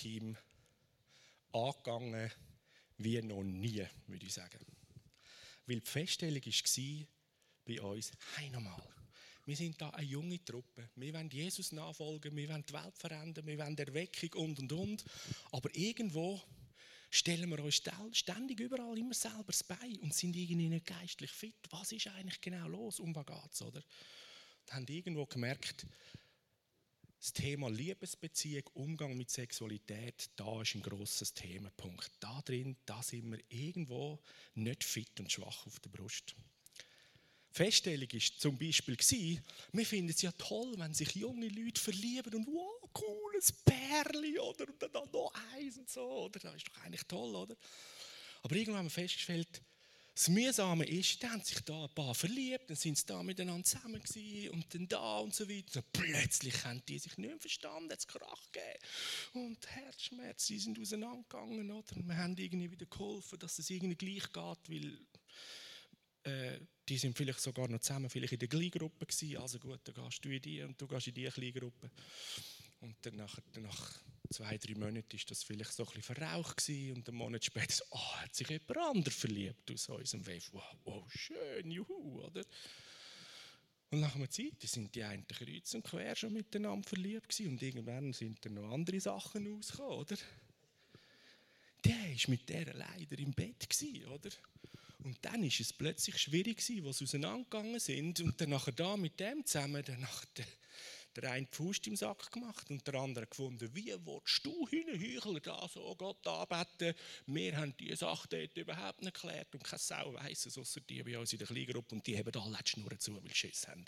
im– angegangen wie noch nie, würde ich sagen. Weil die Feststellung war bei uns, hey nochmal, wir sind da eine junge Truppe, wir wollen Jesus nachfolgen, wir wollen die Welt verändern, wir wollen Erweckung und und und. Aber irgendwo stellen wir uns ständig überall immer selber das Bein und sind irgendwie nicht geistlich fit. Was ist eigentlich genau los? Um was geht es, oder? Wir haben irgendwo gemerkt, das Thema Liebesbeziehung, Umgang mit Sexualität, da ist ein grosses Themenpunkt. Da drin, da sind wir irgendwo nicht fit und schwach auf der Brust. Feststellung war zum Beispiel, wir finden es ja toll, wenn sich junge Leute verlieben und wow, cooles Pärli, oder? Und dann noch eins und so, oder? Das ist doch eigentlich toll, oder? Aber irgendwann haben wir festgestellt, das Mühsame ist, dann haben sich da ein paar verliebt, dann sind sie da miteinander zusammen gewesen und dann da und so weiter. Und plötzlich haben die sich nicht mehr verstanden, hat es Krach gegeben. Und Herzschmerz, sie sind auseinandergegangen, oder? Und wir haben irgendwie wieder geholfen, dass es irgendwie gleich geht, weil äh, die sind vielleicht sogar noch zusammen vielleicht in der Kleingruppe gewesen. Also gut, dann gehst du in die und du gehst in die Kleingruppe. Und dann nach, dann nach zwei, drei Monaten war das vielleicht so ein bisschen verraucht gewesen. Und einen Monat später so, oh, hat sich jemand anderes verliebt aus unserem Wave. Wow, wow, schön, juhu, oder? Und nach einer Zeit sind die einen kreuz und quer schon miteinander verliebt gewesen. Und irgendwann sind dann noch andere Sachen rausgekommen, oder? Der war mit der leider im Bett gewesen, oder? Und dann war es plötzlich schwierig gewesen, wo sie auseinandergegangen sind. Und dann nachher da mit dem zusammen, dann nachher der, der eine die Faust im Sack gemacht und der andere gefunden, wie willst du Hühnerheuchler da so Gott anbeten? Wir haben diese Sache dort überhaupt nicht geklärt und keine Sau weiss es, ausser die bei uns in der Kleingruppe und die haben alle die Schnurren zu, weil sie Schiss haben.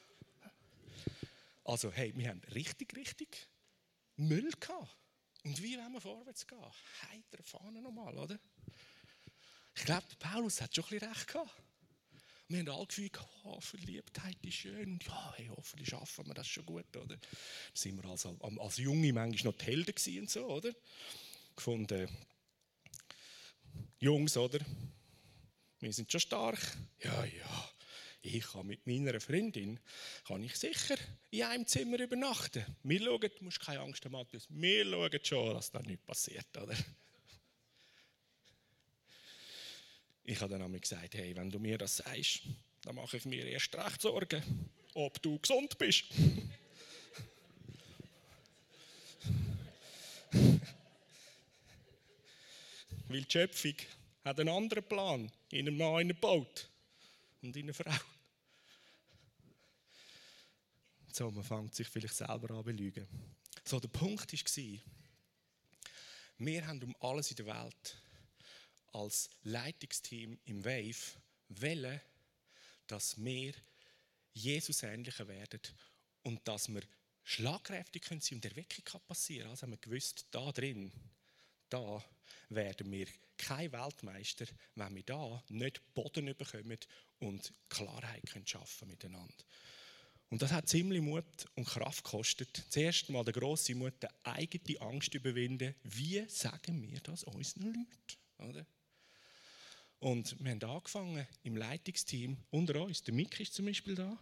Also hey, wir haben richtig, richtig Müll gehabt. Und wie wollen wir vorwärts gehen? Heiter Fahne nochmal, oder? Ich glaube, Paulus hat schon ein bisschen recht gehabt. Wir haben alle gefühlt, oh, Verliebtheit ist schön und ja, hey, hoffentlich schaffen wir das schon gut, oder? Da sind wir als, als Junge manchmal noch die Helden gewesen und so, oder? Gefunden, Jungs, oder? Wir sind schon stark. Ja, ja, ich kann mit meiner Freundin, kann ich sicher in einem Zimmer übernachten. Wir schauen, du musst keine Angst haben, Matthias, wir schauen schon, dass da nichts passiert, oder? Ich habe dann einmal gesagt, hey, wenn du mir das sagst, dann mache ich mir erst recht Sorgen, ob du gesund bist. Weil die Schöpfung hat einen anderen Plan in einem Mann, in einem Boot und in einer Frau. So, man fängt sich vielleicht selber an zu belügen. So, der Punkt war, wir haben um alles in der Welt als Leitungsteam im Wave wollen, dass wir Jesus ähnlicher werden und dass wir schlagkräftig sein können und Erweckung kann passieren. Also haben wir gewusst, da drin, da werden wir kein Weltmeister, wenn wir da nicht Boden bekommen und Klarheit können schaffen miteinander. Und das hat ziemlich Mut und Kraft gekostet. Zuerst mal der grosse Mut, die eigene Angst überwinden. Wie sagen wir das unseren Leuten? Oder? Und wir haben angefangen im Leitungsteam unter uns. Der Mick ist zum Beispiel da.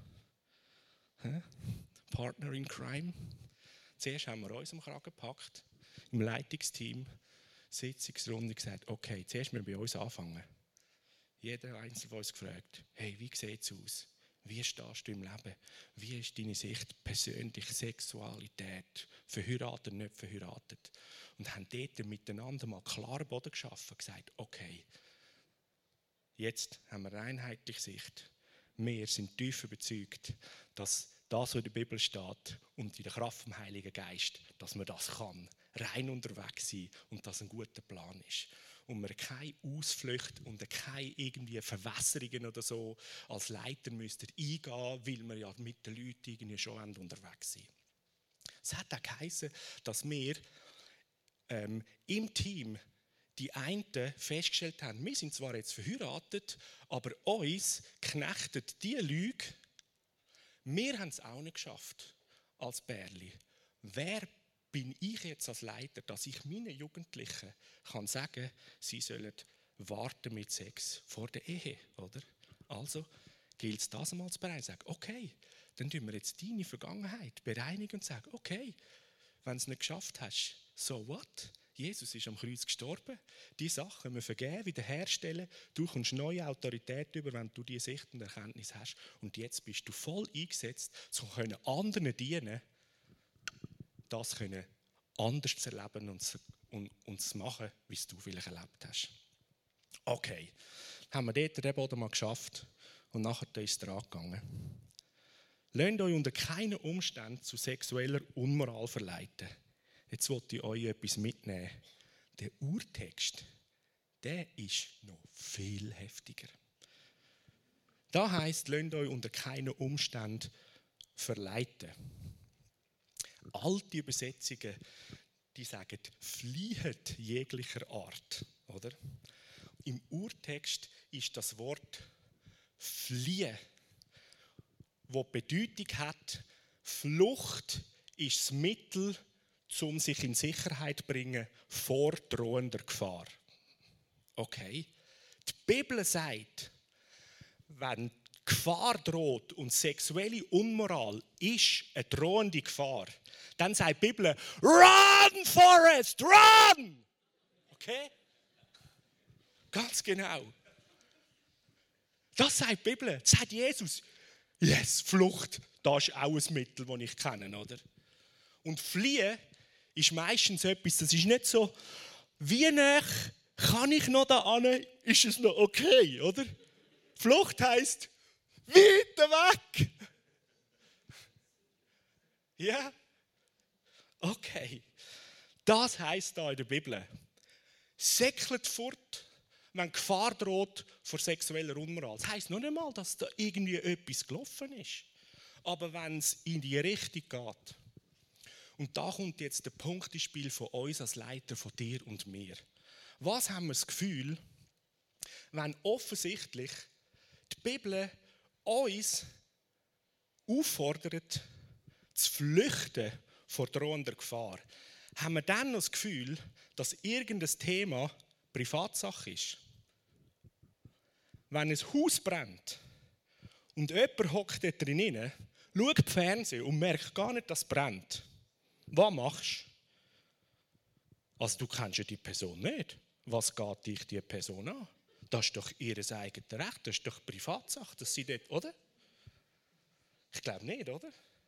Partner in Crime. Zuerst haben wir uns am Kragen gepackt. Im Leitungsteam, Sitzungsrunde gesagt, okay, zuerst müssen wir bei uns anfangen. Jeder Einzelne von uns gefragt, hey, wie sieht es aus? Wie stehst du im Leben? Wie ist deine Sicht persönlich, Sexualität, verheiratet, nicht verheiratet? Und haben dort miteinander mal klaren Boden geschaffen, gesagt, okay, jetzt haben wir eine einheitliche Sicht. Wir sind tief überzeugt, dass das, was in der Bibel steht und in der Kraft vom Heiligen Geist, dass man das kann, rein unterwegs sein und das ein guter Plan ist. Und wir keine Ausflüchte und keine irgendwie Verwässerungen oder so als Leiter müssten eingehen, weil wir ja mit den Leuten irgendwie schon unterwegs sind. Es hat auch geheißen, dass wir ähm, im Team die einen festgestellt haben, wir sind zwar jetzt verheiratet, aber uns knechtet die Lüge, wir haben es auch nicht geschafft als Bärli. Wer bin ich jetzt als Leiter, dass ich meinen Jugendlichen kann sagen, sie sollen warten mit Sex vor der Ehe, oder? Also gilt es das einmal zu bereinigen. Sagen, okay, dann tun wir jetzt deine Vergangenheit bereinigen und sagen, okay, wenn du es nicht geschafft hast, so what? Jesus ist am Kreuz gestorben. Die Sachen können wir vergeben, wiederherstellen. Du kommst neue Autorität über, wenn du diese Sicht und Erkenntnis hast. Und jetzt bist du voll eingesetzt, um anderen dienen, das können anders zu erleben und zu, und, und zu machen, wie es du vielleicht erlebt hast. Okay, haben wir dort den Boden mal geschafft und nachher ist es dran gegangen. Lasst euch unter keinen Umständen zu sexueller Unmoral verleiten. Jetzt wollte ich euch etwas mitnehmen. Der Urtext, der ist noch viel heftiger. Da heisst, lasst euch unter keinen Umständen verleiten. Alte Übersetzungen, die sagen, fliehet jeglicher Art. Oder? Im Urtext ist das Wort fliehen, das die Bedeutung hat, Flucht ist das Mittel, um sich in Sicherheit zu bringen vor drohender Gefahr. Okay. Die Bibel sagt, wenn Gefahr droht und sexuelle Unmoral ist eine drohende Gefahr, dann sagt die Bibel, run, Forrest, run! Okay? Ganz genau. Das sagt die Bibel. Das sagt Jesus. Yes, Flucht, das ist auch ein Mittel, das ich kenne, oder? Und fliehen ist meistens etwas, das ist nicht so, wie nah kann ich noch da hin, ist es noch okay, oder? Flucht heisst, weiter weg! Ja? Okay. Das heisst da in der Bibel. Säckelt fort, wenn Gefahr droht vor sexueller Unmoral. Das heisst noch nicht mal, dass da irgendwie etwas gelaufen ist. Aber wenn es in die Richtung geht. Und da kommt jetzt der Punkt ins Spiel von uns als Leiter, von dir und mir. Was haben wir das Gefühl, wenn offensichtlich die Bibel uns auffordert, zu flüchten vor drohender Gefahr? Haben wir dann noch das Gefühl, dass irgendein Thema Privatsache ist? Wenn ein Haus brennt und jemand hockt dort drin, schaut Fernsehen und merkt gar nicht, dass es brennt. Was machst du? Also du kennst ja die Person nicht. Was geht dich die Person an? Das ist doch ihr eigenes Recht, das ist doch Privatsache, dass sie dort, oder? Ich glaube nicht, oder?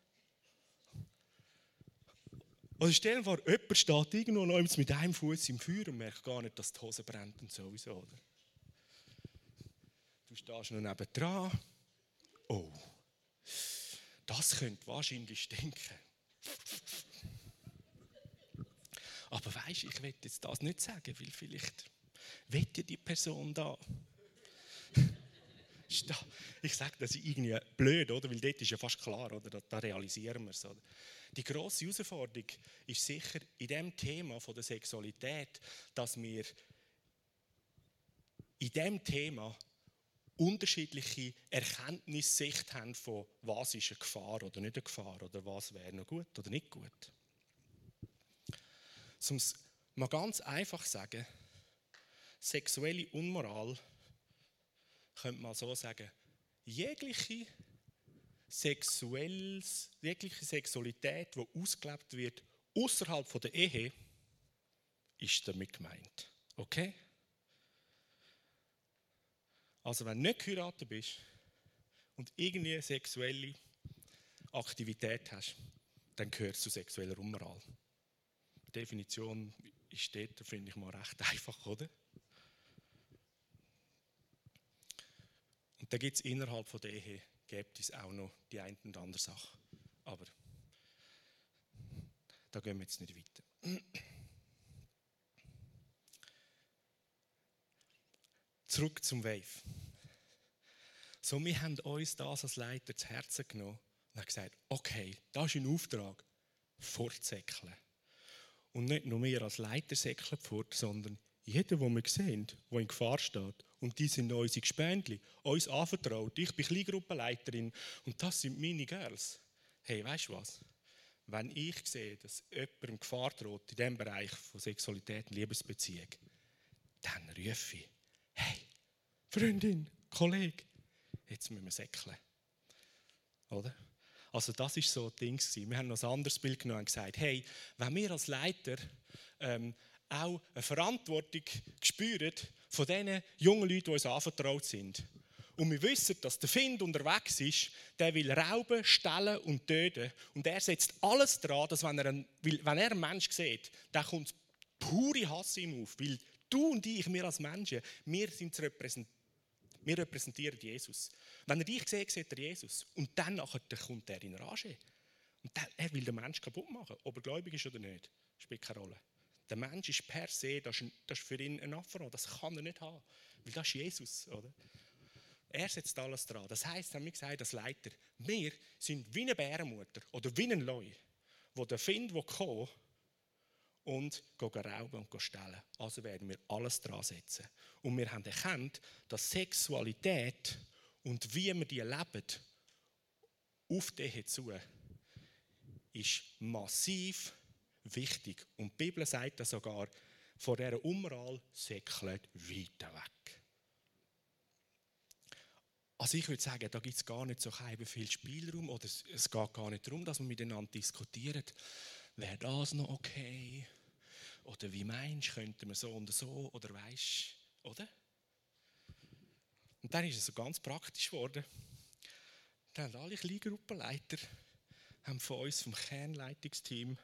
Also stell dir vor, jemand steht irgendwo noch mit einem Fuß im Feuer und merkt gar nicht, dass die Hose brennt und sowieso, oder? Du stehst noch nebendran. Oh, das könnte wahrscheinlich stinken. Aber weisst, ich will jetzt das nicht sagen, weil vielleicht will ja die Person da. Ich sage das ist irgendwie blöd, oder? Weil dort ist ja fast klar, oder? Da, da realisieren wir es. Oder? Die grosse Herausforderung ist sicher in dem Thema von der Sexualität, dass wir in diesem Thema unterschiedliche Erkenntnissicht haben von was ist eine Gefahr oder nicht eine Gefahr oder was wäre noch gut oder nicht gut. Um es mal ganz einfach sagen, sexuelle Unmoral könnte man so sagen, jegliche, Sexuelles, jegliche Sexualität, die ausgelebt wird außerhalb der Ehe, ist damit gemeint. Okay? Also wenn du nicht geheiratet bist und irgendeine sexuelle Aktivität hast, dann gehört es zu sexueller Unmoral. Die Definition ist dort, finde ich mal, recht einfach, oder? Und da gibt es innerhalb von der Ehe, gibt es auch noch die eine und andere Sache. Aber da gehen wir jetzt nicht weiter. Zurück zum Wave. So, wir haben uns das als Leiter zu Herzen genommen und haben gesagt, okay, das ist ein Auftrag, fortsäckeln. Und nicht nur wir als Leiter säckeln fort, sondern jeder, den wir sehen, der in Gefahr steht, und die sind unsere Gespendli, uns anvertraut. Ich bin Kleingruppenleiterin und das sind meine Girls. Hey, weißt du was? Wenn ich sehe, dass jemandem Gefahr droht in diesem Bereich von Sexualität und Liebesbeziehung, dann rufe ich, hey, Freundin, Kollege, jetzt müssen wir säckeln. Oder? Also das war so ein Ding. Wir haben noch ein anderes Bild genommen und gesagt, hey, wenn wir als Leiter ähm, auch eine Verantwortung spüren von diesen jungen Leuten, die uns anvertraut sind. Und wir wissen, dass der Find unterwegs ist, der will rauben, stehlen und töten. Und er setzt alles daran, dass wenn er einen, wenn er einen Menschen sieht, dann kommt pure Hass ihm auf. Weil du und ich, wir als Menschen, wir, sind repräsent- wir repräsentieren Jesus. Wenn er dich sieht, sieht er Jesus. Und dann nachher, dann kommt er in Rage. Und dann, er will den Menschen kaputt machen, ob er gläubig ist oder nicht. Spielt keine Rolle. Der Mensch ist per se, das ist, das ist für ihn ein Affront. Das kann er nicht haben. Weil das ist Jesus, oder? Er setzt alles dran. Das heisst, haben wir gesagt, als Leiter, wir sind wie eine Bärenmutter oder wie ein Leu, wo der Find kommen und rauben und stehlen. Also werden wir alles dran setzen. Und wir haben erkannt, dass Sexualität und wie wir die leben, auf die Ehe zu, ist massiv wichtig. Und die Bibel sagt das sogar, von dieser Umral säckelt weit weg. Also ich würde sagen, da gibt es gar nicht so viel Spielraum oder es, es geht gar nicht darum, dass wir miteinander diskutieren, wäre das noch okay? Oder wie meinst du, könnten wir so und so? Oder weisst oder? Und dann ist es so ganz praktisch geworden. Dann haben alle Kleingruppenleiter haben von uns, vom Kernleitungsteam,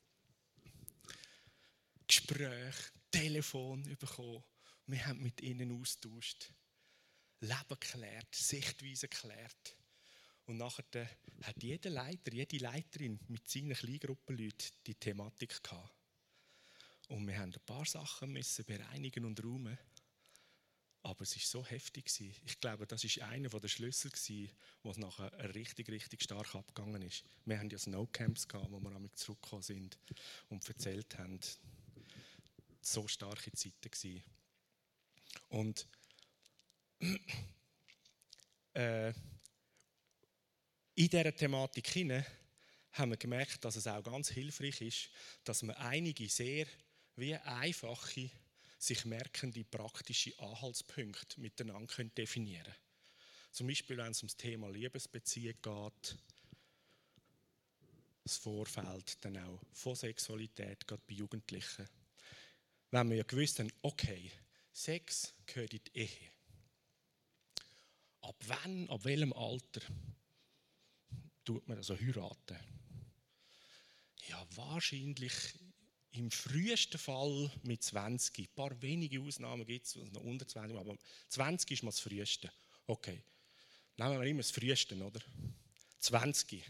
Gespräche, Telefon bekommen. Wir haben mit ihnen austauscht. Leben geklärt, Sichtweise geklärt. Und nachher hat jeder Leiter, jede Leiterin mit seinen Kleingruppenleuten die Thematik gehabt. Und wir mussten ein paar Sachen müssen bereinigen und räumen. Aber es war so heftig. Ich glaube, das war einer der Schlüssel, wo es nachher richtig, richtig stark abgegangen ist. Wir hatten ja Snowcamps, wo wir einmal zurückgekommen sind und erzählt haben, so starke Zeiten waren. Und äh, in dieser Thematik hinein haben wir gemerkt, dass es auch ganz hilfreich ist, dass man einige sehr wie einfache, sich merkende praktische Anhaltspunkte miteinander definieren können. Zum Beispiel, wenn es um das Thema Liebesbeziehung geht, das Vorfeld dann auch von Sexualität, gerade bei Jugendlichen. Wenn wir ja gewusst haben, okay, Sex gehört in die Ehe. Ab wann, ab welchem Alter tut man also heiraten? Ja, wahrscheinlich im frühesten Fall mit zwanzig. Ein paar wenige Ausnahmen gibt es, noch unter zwanzig, aber zwanzig ist mal das früheste. Okay, nehmen wir immer das früheste, oder? zwanzig.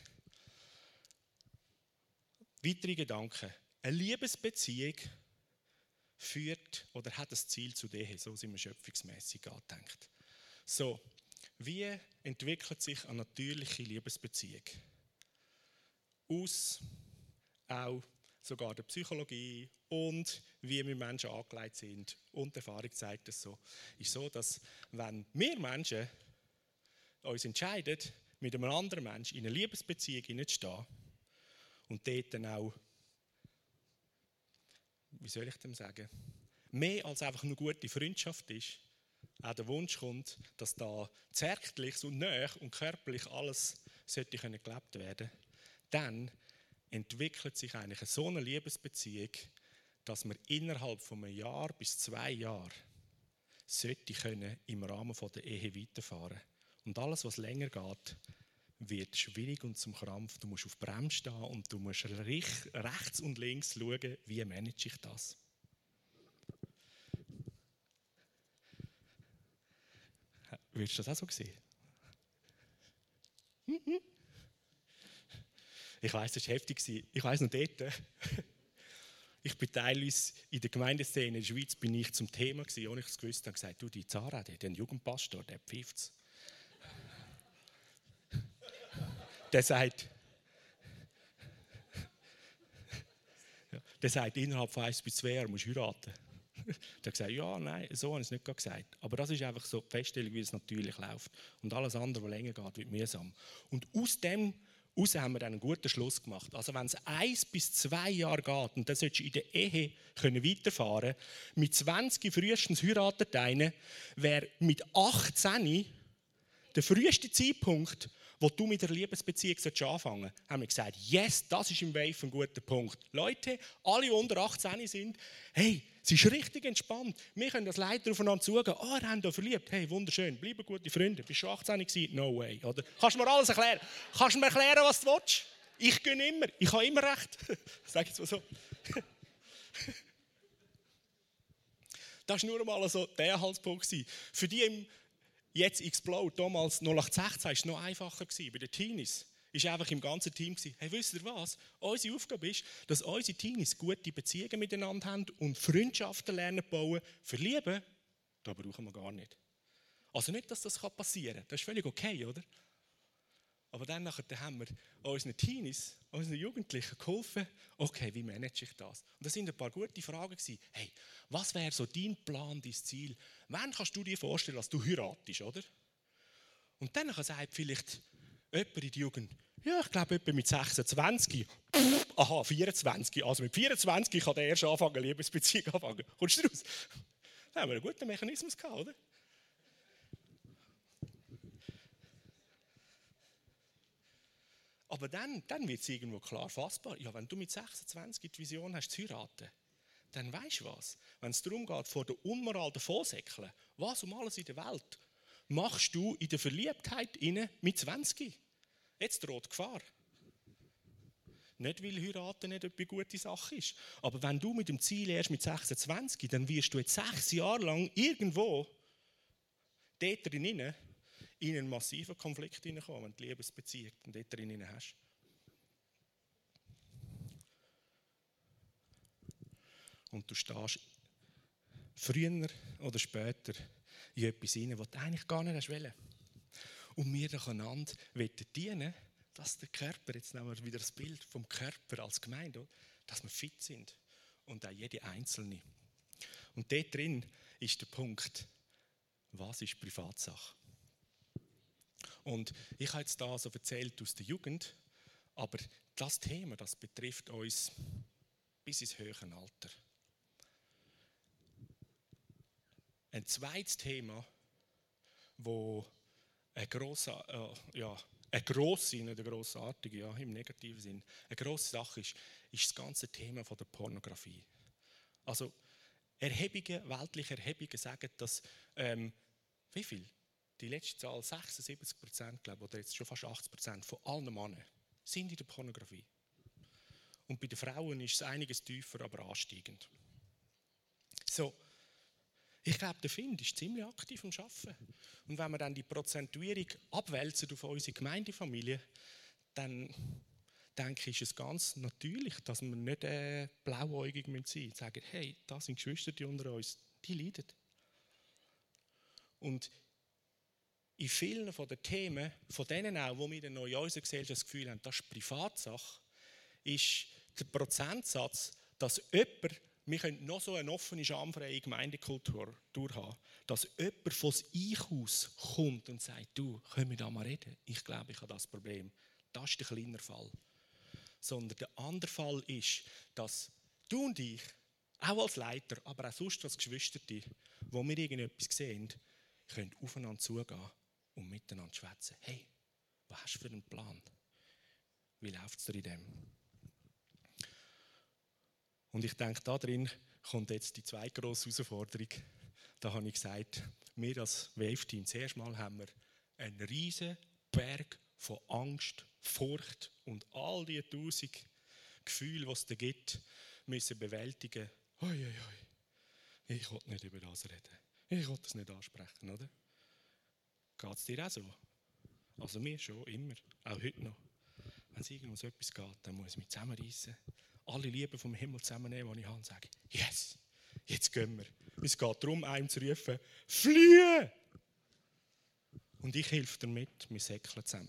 Weitere Gedanken. Eine Liebesbeziehung führt oder hat das Ziel zu der Ehe. So sind wir schöpfungsmässig angedenkt. So, wie entwickelt sich eine natürliche Liebesbeziehung? Aus auch sogar der Psychologie und wie wir Menschen angelegt sind. Und die Erfahrung zeigt es so. Ist so, dass wenn wir Menschen uns entscheiden, mit einem anderen Menschen in eine Liebesbeziehung hineinzustehen und dort dann auch, wie soll ich dem sagen, mehr als einfach nur gute Freundschaft ist, auch der Wunsch kommt, dass da zärtlich und nahe und körperlich alles sollte können gelebt werden, dann entwickelt sich eigentlich so eine Liebesbeziehung, dass man innerhalb von einem Jahr bis zwei Jahren sollte können im Rahmen von der Ehe weiterfahren. Und alles, was länger geht, wird schwierig und zum Krampf. Du musst auf die Bremse stehen und du musst rechts und links schauen, wie manage ich das. Würdest du das auch so sehen? Mhm. Ich weiss, das war heftig. Ich weiss noch dort. Ich bin teilweise in der Gemeindeszene in der Schweiz bin ich zum Thema gewesen, ohne ich es gewusst habe, gesagt, du, die Zara, der einen Jugendpastor, der pfeift es. Der sagt, der sagt, innerhalb von eins bis zwei Jahren musst du heiraten. Der hat gesagt, ja, nein, so habe ich es nicht gesagt. Aber das ist einfach so die Feststellung, wie es natürlich läuft. Und alles andere, was länger geht, wird mühsam. Und aus dem heraus haben wir dann einen guten Schluss gemacht. Also wenn es eins bis zwei Jahre geht, und dann solltest du in der Ehe können weiterfahren, mit zwanzig frühestens heiratet einer, wäre mit achtzehn der früheste Zeitpunkt, wo du mit der Liebesbeziehung anfangen sollst, haben wir gesagt, yes, das ist im Wave ein guter Punkt. Leute, alle unter achtzehn sind, hey, es ist richtig entspannt. Wir können als Leiter aufeinander zugehen. Ah, oh, wir haben da verliebt. Hey, wunderschön. Bleiben gute Freunde. Bist du schon achtzehn gewesen? No way. Oder? Kannst du mir alles erklären? Kannst du mir erklären, was du willst? Ich gönne immer. Ich habe immer recht. Sag jetzt mal so. Das war nur einmal so der Anhaltspunkt. Für die im jetzt Explode, damals null acht sechzehn, war es noch einfacher. Bei den Teenies war einfach im ganzen Team, hey, wisst ihr was? Unsere Aufgabe ist, dass unsere Teenies gute Beziehungen miteinander haben und Freundschaften lernen bauen. Verlieben, das brauchen wir gar nicht. Also nicht, dass das passieren kann. Das ist völlig okay, oder? Aber dann, nachher, dann haben wir unseren Teenies, unseren Jugendlichen geholfen, okay, wie manage ich das? Und das sind ein paar gute Fragen gewesen. Hey, was wäre so dein Plan, dein Ziel? Wann kannst du dir vorstellen, dass du heiratest, oder? Und dann sagt vielleicht jemand in die Jugend, ja, ich glaube, etwa mit sechsundzwanzig, aha, vierundzwanzig, also mit vierundzwanzig kann der erst anfangen, eine Liebesbeziehung anfangen. Kommst du raus? Dann haben wir einen guten Mechanismus gehabt, oder? Aber dann, dann wird es irgendwo klar fassbar. Ja, wenn du mit sechsundzwanzig die Vision hast, zu heiraten, dann weisst du was. Wenn es darum geht, vor der Unmoral davonsäckeln, was um alles in der Welt machst du in der Verliebtheit inne mit zwanzig? Jetzt droht Gefahr. Nicht, weil heiraten nicht eine gute Sache ist. Aber wenn du mit dem Ziel erst mit sechsundzwanzig, dann wirst du jetzt sechs Jahre lang irgendwo dort drinnen in einen massiven Konflikt hineinkommen, wenn du die Liebesbeziehung dort drinnen hast. Und du stehst früher oder später in etwas hinein, was du eigentlich gar nicht willst. Und wir einander dienen, dass der Körper, jetzt nehmen wir wieder das Bild vom Körper als Gemeinde, dass wir fit sind. Und auch jede Einzelne. Und dort drin ist der Punkt, was ist Privatsache? Und ich habe jetzt da so erzählt aus der Jugend, aber das Thema, das betrifft uns bis ins höhere Alter. Ein zweites Thema, wo eine grosse, äh, ja, eine grosse, nicht eine grossartige, ja, im negativen Sinn, eine grosse Sache ist, ist das ganze Thema von der Pornografie. Also Erhebungen, weltliche Erhebungen sagen, dass, ähm, wie viel? Die letzte Zahl, sechsundsiebzig Prozent, glaube ich, oder jetzt schon fast achtzig Prozent von allen Männern sind in der Pornografie. Und bei den Frauen ist es einiges tiefer, aber ansteigend. So, ich glaube, der Find ist ziemlich aktiv am Arbeiten. Und wenn wir dann die Prozentuierung abwälzen auf unsere Gemeindefamilie, dann denke ich, ist es ganz natürlich, dass wir nicht äh, blauäugig sein müssen. Sagen, hey, da sind Geschwister unter uns, die leiden. Und in vielen von den Themen, von denen auch, wo wir dann noch in unserer Gesellschaft das Gefühl haben, das ist Privatsache, ist der Prozentsatz, dass jemand, wir können noch so eine offene, schamfreie Gemeindekultur haben, dass jemand von das Ich aus kommt und sagt, du, können wir da mal reden? Ich glaube, ich habe das Problem. Das ist der kleine Fall. Sondern der andere Fall ist, dass du und ich, auch als Leiter, aber auch sonst als Geschwisterte, wo wir irgendetwas sehen, können aufeinander zugehen und miteinander schwätzen. Hey, was hast du für einen Plan? Wie läuft es dir in dem? Und ich denke, da drin kommt jetzt die zweite grosse Herausforderung. Da habe ich gesagt, wir als Wave-Team, zuerst mal haben wir einen riesen Berg von Angst, Furcht und all die tausend Gefühle, die es da gibt, müssen bewältigen. Oi, oi, oi. Ich will nicht über das reden. Ich will das nicht ansprechen, oder? Geht es dir auch so? Also mir schon, immer, auch heute noch. Wenn es irgendwo so etwas geht, dann muss ich mich zusammenreißen, alle Liebe vom Himmel zusammennehmen, die ich habe, und sagen, yes, jetzt gehen wir. Es geht darum, einem zu rufen, fliehe! Und ich helfe dir mit, wir säckeln zusammen.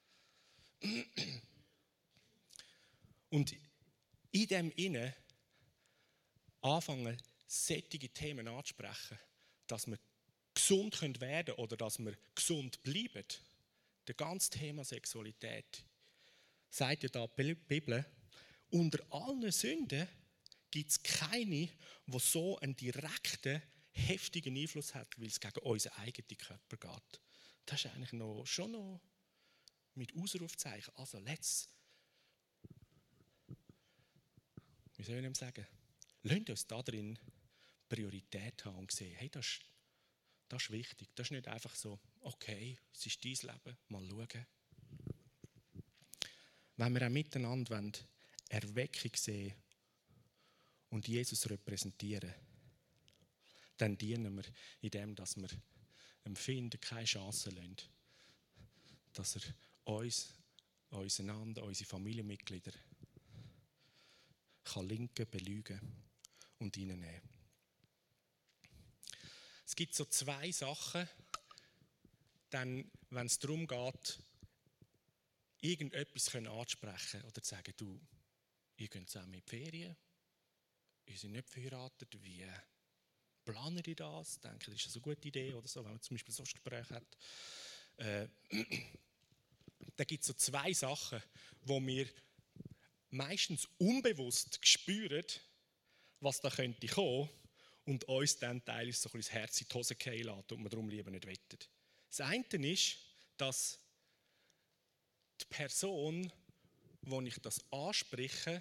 Und in dem Innen anfangen, solche Themen anzusprechen, dass wir gesund werden können oder dass wir gesund bleiben. Das ganze Thema Sexualität sagt ja da die Bibel, unter allen Sünden gibt es keine, die so einen direkten, heftigen Einfluss hat, weil es gegen unseren eigenen Körper geht. Das ist eigentlich noch, schon noch mit Ausrufzeichen. Also, let's. Wie soll ich ihm sagen? Lasst uns da drin Priorität haben und sehen, hey, das ist, das ist wichtig. Das ist nicht einfach so, okay, es ist dein Leben, mal schauen. Wenn wir auch miteinander Erweckung sehen und Jesus repräsentieren, dann dienen wir in dem, dass wir dem Finden keine Chance lassen, dass er uns, auseinander, unsere Familienmitglieder kann linken, belügen und reinnehmen. Es gibt so zwei Sachen, dann, wenn es darum geht, irgendetwas anzusprechen oder zu sagen, du, ihr geht zusammen in die Ferien, ihr seid nicht verheiratet, wie planen ihr das? Denken, das ist eine gute Idee oder so, wenn man zum Beispiel so ein Gespräch hat. Äh, da gibt es so zwei Sachen, wo wir meistens unbewusst spüren, was da könnte kommen und uns dann teilweise so ein bisschen das Herz in die Hose fallen lässt und wir darum lieber nicht wettet. Das eine ist, dass die Person, wo ich das anspreche,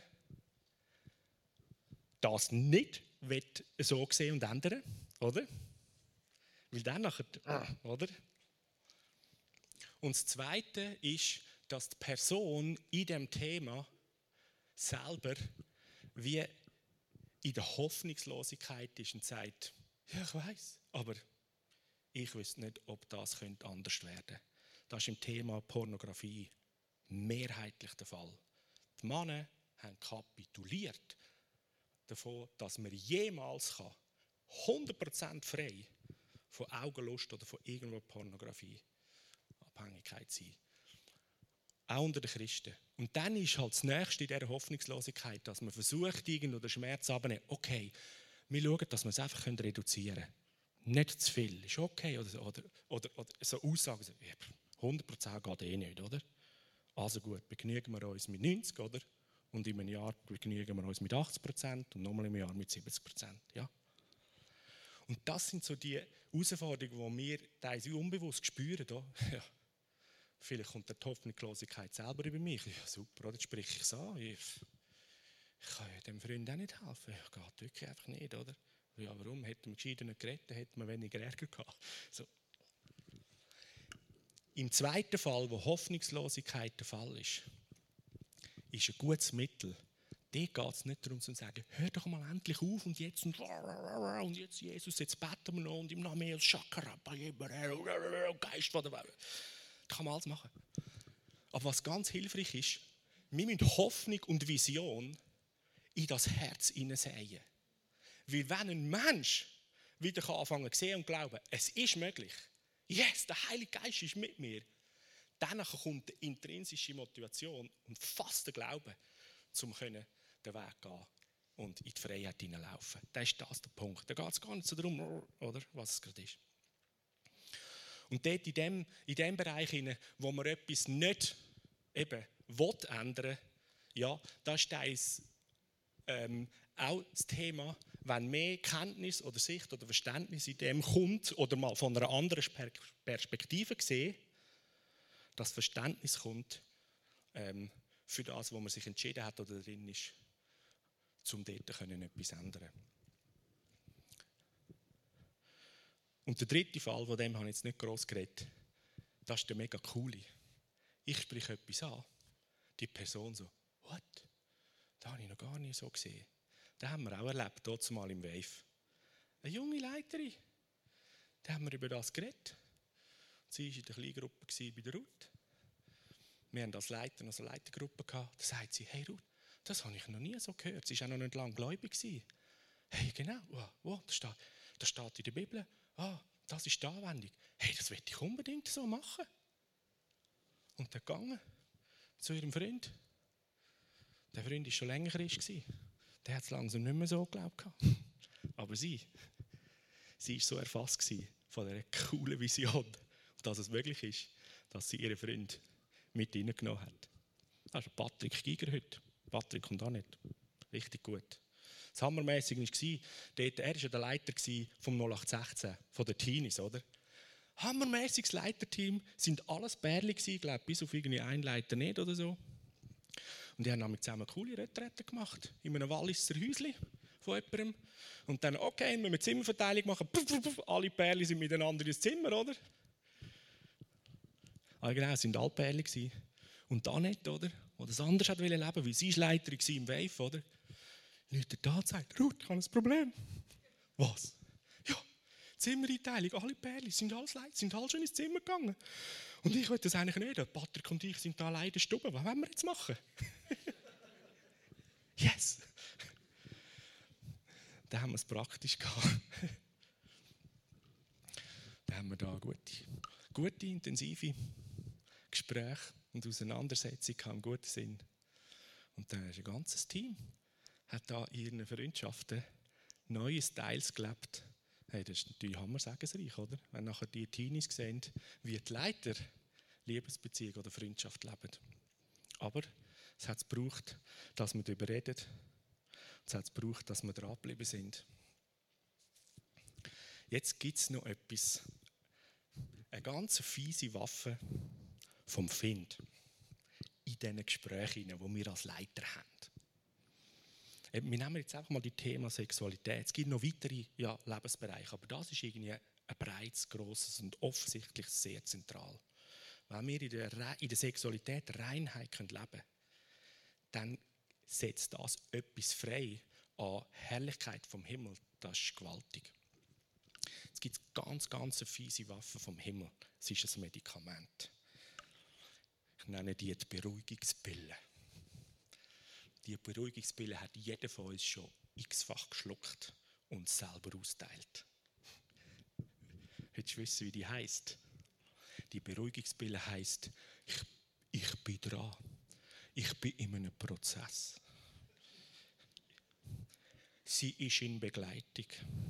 das nicht so sehen und ändern, oder? Weil dann nachher, oder? Und das Zweite ist, dass die Person in dem Thema selber wie in der Hoffnungslosigkeit ist und sagt, ja, ich weiß, aber ich wüsste nicht, ob das könnte anders werden könnte. Das ist im Thema Pornografie mehrheitlich der Fall. Die Männer haben kapituliert davon, dass man jemals hundert Prozent frei von Augenlust oder von irgendwo Pornografie Abhängigkeit sein. Auch unter den Christen. Und dann ist halt das Nächste in dieser Hoffnungslosigkeit, dass man versucht, irgendwo den Schmerz abzunehmen. Okay, wir schauen, dass wir es einfach reduzieren können. Nicht zu viel, ist okay. Oder, oder, oder, oder so Aussagen, hundert Prozent geht eh nicht, oder? Also gut, begnügen wir uns mit neunzig, oder? Und in einem Jahr begnügen wir uns mit achtzig Prozent und nochmal im Jahr mit siebzig Prozent. Ja? Und das sind so die Herausforderungen, die wir teilweise unbewusst spüren. Ja. Vielleicht kommt die Hoffnungslosigkeit selber über mich. Ja, super, jetzt spreche ich es an. Ich, ich kann ja dem Freund auch nicht helfen. Ja, geht wirklich einfach nicht, oder? Ja, warum? Hätten wir gescheiter nicht geredet, hätten wir weniger Ärger gehabt. So. Im zweiten Fall, wo Hoffnungslosigkeit der Fall ist, ist ein gutes Mittel. Dort geht es nicht darum zu sagen, hör doch mal endlich auf und jetzt und, und jetzt Jesus, jetzt beten wir noch und im Namen Jesus, Shakara, Geist von der Welt. Das kann man alles machen. Aber was ganz hilfreich ist, wir müssen Hoffnung und Vision in das Herz hineinsäen. Weil wenn ein Mensch wieder anfangen zu sehen und glauben, es ist möglich, yes, der Heilige Geist ist mit mir, dann kommt die intrinsische Motivation und fast der Glaube, um den Weg zu gehen und in die Freiheit hineinlaufen. Da ist das der Punkt. Da geht es gar nicht so darum, oder, was es gerade ist. Und dort in dem, in dem Bereich, wo man etwas nicht eben will ändern, ja, da ist das, ähm, auch das Thema, wenn mehr Kenntnis oder Sicht oder Verständnis in dem kommt oder mal von einer anderen Perspektive gesehen, das Verständnis kommt ähm, für das, wo man sich entschieden hat oder drin ist, um dort können etwas zu ändern. Und der dritte Fall, von dem habe ich jetzt nicht gross geredet, das ist der mega coole. Ich spreche etwas an, die Person so, what? Das habe ich noch gar nicht so gesehen. Das haben wir auch erlebt, dort mal im Wave. Eine junge Leiterin, da haben wir über das geredet. Sie war in der Kleingruppe bei der Ruth. Wir haben als Leiter noch eine Leitergruppe gehabt. Da sagt sie, hey Ruth, das habe ich noch nie so gehört. Sie war auch noch nicht lange gläubig. Hey, genau, wow, wow, das, steht, das steht in der Bibel. Ah, das ist die Anwendung. Hey, das will ich unbedingt so machen. Und dann gegangen zu ihrem Freund. Der Freund war schon länger Christ. Der hat es langsam nicht mehr so geglaubt. Aber sie, sie war so erfasst von dieser coolen Vision, dass es möglich ist, dass sie ihren Freund mit reingenommen hat. Das ist Patrick Giger heute. Patrick kommt auch nicht. Richtig gut. Das Hammermäßige war, dort, er war ja der Leiter vom null acht sechzehn, von den Teenies, oder? Hammermäßiges Leiterteam, sind alles Bärli gewesen, glaube bis auf irgendwie einen Leiter nicht oder so. Und die haben nämlich zusammen coole Retrette gemacht, in einem Walliser Häuschen von jemandem. Und dann, okay, wenn wir Zimmerverteilung machen, puff, puff, puff, alle Bärli sind miteinander ins Zimmer, oder? Ah, genau, es waren alle Bärli gewesen. Und da nicht, oder? Der das anders hat leben wollte, weil sie war Leiterin im Wave, oder? Leute da und sagt, Ruth, ich habe ein Problem. Was? Ja, Zimmereinteilung, alle Pärchen sind alles Leute, sind alle schon ins Zimmer gegangen. Und ich will das eigentlich nicht. Der Patrick und ich sind da alleine in der Stube. Was wollen wir jetzt machen? Yes! Dann haben wir es praktisch gehabt. Dann haben wir da gute, gute intensive Gespräche und Auseinandersetzungen im guten Sinn. Und dann ist ein ganzes Team, hat da in ihren Freundschaften neue Styles gelebt. Hey, das ist natürlich hammer-segensreich, oder? Wenn nachher die Teenies sehen, wie die Leiter Liebesbeziehung oder Freundschaft leben. Aber es hat es gebraucht, dass wir darüber reden. Es hat es gebraucht, dass wir dranbleiben sind. Jetzt gibt es noch etwas, eine ganz fiese Waffe vom Find in diesen Gesprächen, die wir als Leiter haben. Wir nehmen jetzt einfach mal das Thema Sexualität. Es gibt noch weitere ja, Lebensbereiche, aber das ist irgendwie ein breites, grosses und offensichtlich sehr zentral. Wenn wir in der, Re- in der Sexualität Reinheit leben können, dann setzt das etwas frei an Herrlichkeit vom Himmel. Das ist gewaltig. Es gibt ganz, ganz fiese Waffen vom Himmel. Es ist ein Medikament. Ich nenne die die Beruhigungspille. Die Beruhigungspille hat jeder von uns schon x-fach geschluckt und selber austeilt. Willst du wissen, wie die heisst? Die Beruhigungspille heisst, ich, ich bin dran. Ich bin in einem Prozess. Sie ist in Begleitung.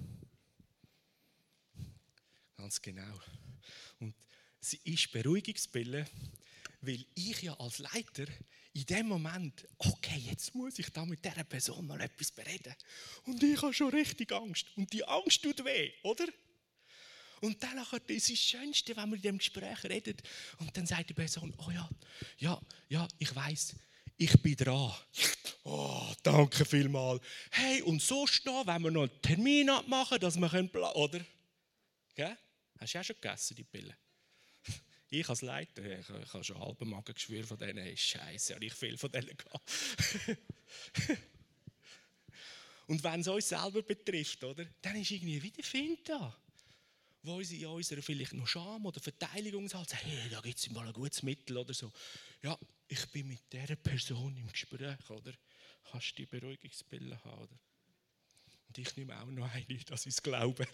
Ganz genau. Und sie ist Beruhigungspille, weil ich ja als Leiter in dem Moment, okay, jetzt muss ich da mit dieser Person mal etwas bereden. Und ich habe schon richtig Angst. Und die Angst tut weh, oder? Und dann nachher, das ist das Schönste, wenn man in dem Gespräch redet. Und dann sagt die Person, oh ja, ja, ja, ich weiss, ich bin dran. Oh, danke vielmals. Hey, und so stehen, wenn wir noch einen Termin abmachen, dass wir können, oder? Gell? Hast du auch schon gegessen, die Pille? Ich als Leiter, ich, ich habe schon einen halben Magengeschwür von denen. Hey, Scheiße, habe ich viel von denen gehabt. Und wenn es uns selber betrifft, oder, dann ist irgendwie wieder Find da, wo sie in unserer vielleicht noch Scham oder Verteidigung sagt, hey, da gibt es mal ein gutes Mittel oder so. Ja, ich bin mit dieser Person im Gespräch, oder? Kannst du die Beruhigungspille haben, oder? Und ich nehme auch noch eine, dass ich es glaube.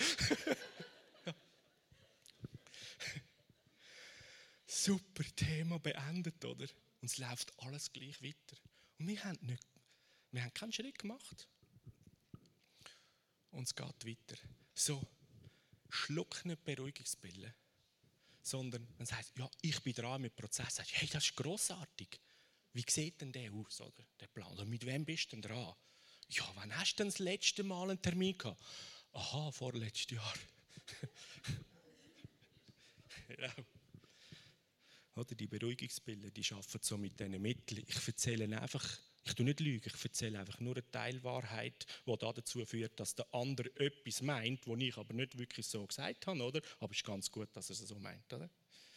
Super Thema beendet, oder? Und es läuft alles gleich weiter. Und wir haben, nicht, wir haben keinen Schritt gemacht. Und es geht weiter. So, schluck nicht Beruhigungspille, sondern man sagt, ja, ich bin dran mit dem Prozess. Sagst, hey, das ist grossartig. Wie sieht denn der aus, oder? Der Plan? Oder mit wem bist du denn dran? Ja, wann hast du denn das letzte Mal einen Termin gehabt? Aha, vorletztes Jahr. Genau. Oder die Beruhigungspille, die arbeiten so mit diesen Mitteln. Ich erzähle einfach, ich tue nicht lügen, ich erzähle einfach nur eine Teilwahrheit, die dazu führt, dass der andere etwas meint, was ich aber nicht wirklich so gesagt habe, oder? Aber es ist ganz gut, dass er es so meint, oder?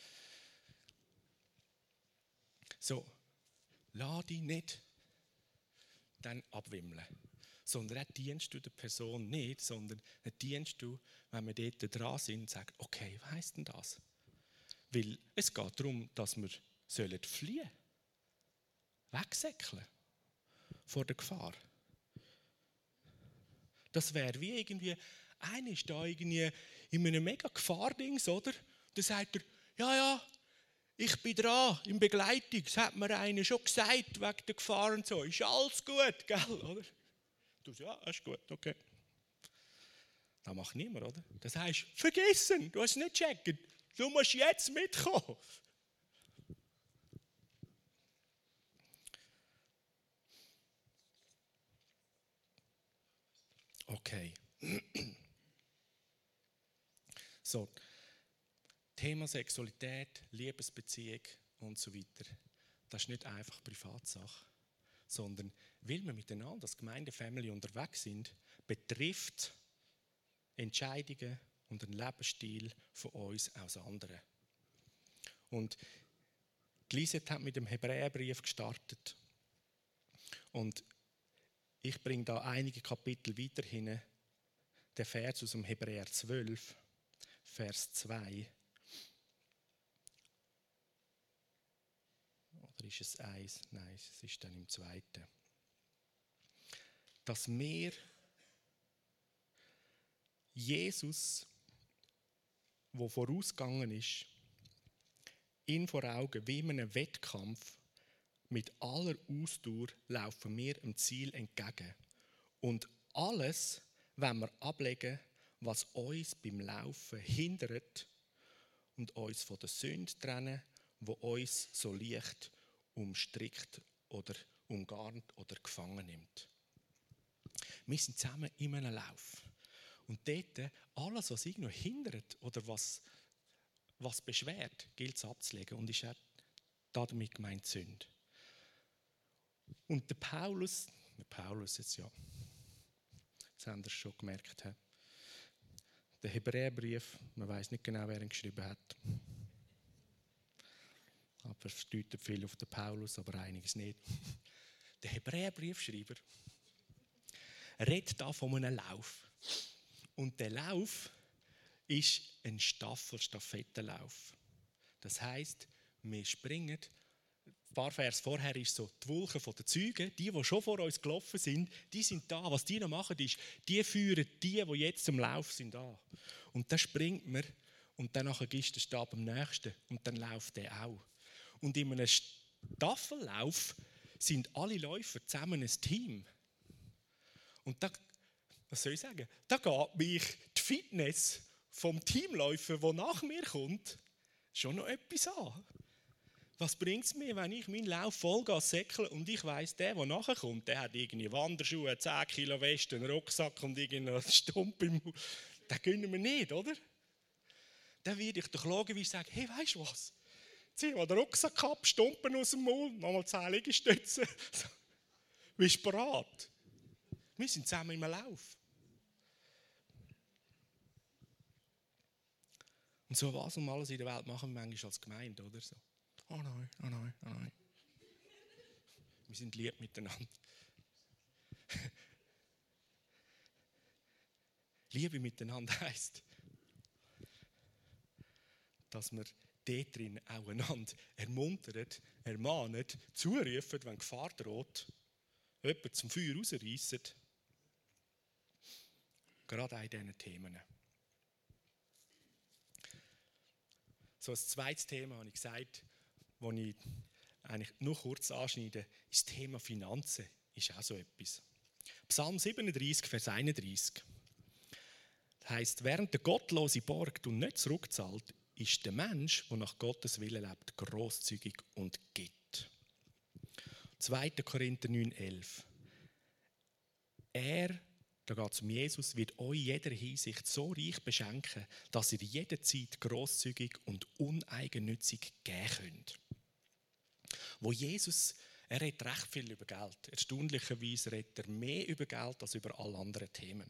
So, lass dich nicht dann abwimmeln, sondern auch dienst du der Person nicht, sondern dienst du, wenn wir dort dran sind und sagen, okay, was heisst denn das? Weil es geht darum, dass wir fliehen sollen. Wegsäckeln. Vor der Gefahr. Das wäre wie irgendwie, einer ist da irgendwie in einem mega Gefahrdings, oder? Dann sagt er, ja, ja, ich bin dran, in Begleitung. Das hat mir einer schon gesagt, wegen der Gefahr und so. Ist alles gut, gell, oder? Du sagst, ja, ist gut, okay. Das macht niemand, oder? Das heißt, vergessen, du hast es nicht gecheckt. Du musst jetzt mitkommen. Okay. So, Thema Sexualität, Liebesbeziehung und so weiter, das ist nicht einfach Privatsache, sondern weil wir miteinander als Gemeindefamilie unterwegs sind, betrifft Entscheidungen und einen Lebensstil von uns aus anderen. Und die Lisette hat mit dem Hebräerbrief gestartet. Und ich bringe da einige Kapitel weiter hin, der Vers aus dem Hebräer zwölf, Vers zwei. Oder ist es eins? Nein, es ist dann im zweiten. Dass wir Jesus, der vorausgegangen ist, ihn vor Augen wie in einem Wettkampf, mit aller Ausdauer laufen wir dem Ziel entgegen. Und alles wollen wir ablegen, was uns beim Laufen hindert und uns von der Sünde trennen, die uns so leicht umstrickt oder umgarnt oder gefangen nimmt. Wir sind zusammen in einem Lauf. Und dort, alles, was irgendwo hindert oder was, was beschwert, gilt es abzulegen. Und ist auch damit gemeint Sünde. Und der Paulus, der Paulus jetzt ja, jetzt haben wir es schon gemerkt, he? Der Hebräerbrief, man weiß nicht genau, wer ihn geschrieben hat. Aber es deutet viel auf den Paulus, aber einiges nicht. Der Hebräerbriefschreiber redet da von einem Lauf. Und der Lauf ist ein Staffel-Stafettenlauf. Das heisst, wir springen. Ein paar Vers vorher ist so, die Wolken der Zeugen, die, die schon vor uns gelaufen sind, die sind da. Was die noch machen, ist, die führen die, die jetzt im Lauf sind, an. Und dann springt man und dann gibst du den Stab am nächsten und dann läuft der auch. Und in einem Staffellauf sind alle Läufer zusammen ein Team. Und da, was soll ich sagen, da geht mich die Fitness vom Teamläufer, der nach mir kommt, schon noch etwas an. Was bringt es mir, wenn ich meinen Lauf Vollgas säckle und ich weiss, der, der nachher kommt, der hat irgendwie Wanderschuhe, zehn Kilo Weste, einen Rucksack und einen Stump im Mund. Den gönnen wir nicht, oder? Dann werde ich doch logisch sagen, hey, weißt du was? Zieh mal den Rucksack ab, Stumpen aus dem Mund, nochmal zehn Liegestützen. Bist du bereit? Wir sind zusammen im Lauf. Und so was um alles in der Welt machen wir manchmal als Gemeinde, oder so. Oh nein, oh nein, oh nein. Wir sind lieb miteinander. Liebe miteinander heisst, dass wir dort drin auch einander ermuntern, ermahnen, zurufen, wenn Gefahr droht, jemanden zum Feuer rausreissen. Gerade auch in diesen Themen. So als zweites Thema habe ich gesagt, das ich eigentlich nur kurz anschneide, ist das Thema Finanzen. Ist auch so etwas. Psalm siebenunddreißig, Vers einunddreißig. Das heisst, während der Gottlose borgt und nicht zurückzahlt, ist der Mensch, der nach Gottes Willen lebt, grosszügig und gibt. zweiter Korinther neun, elf. Er, da geht es um Jesus, wird euch in jeder Hinsicht so reich beschenken, dass ihr jederzeit grosszügig und uneigennützig geben könnt. Wo Jesus, er redet recht viel über Geld. Erstaunlicherweise redet er mehr über Geld als über alle anderen Themen.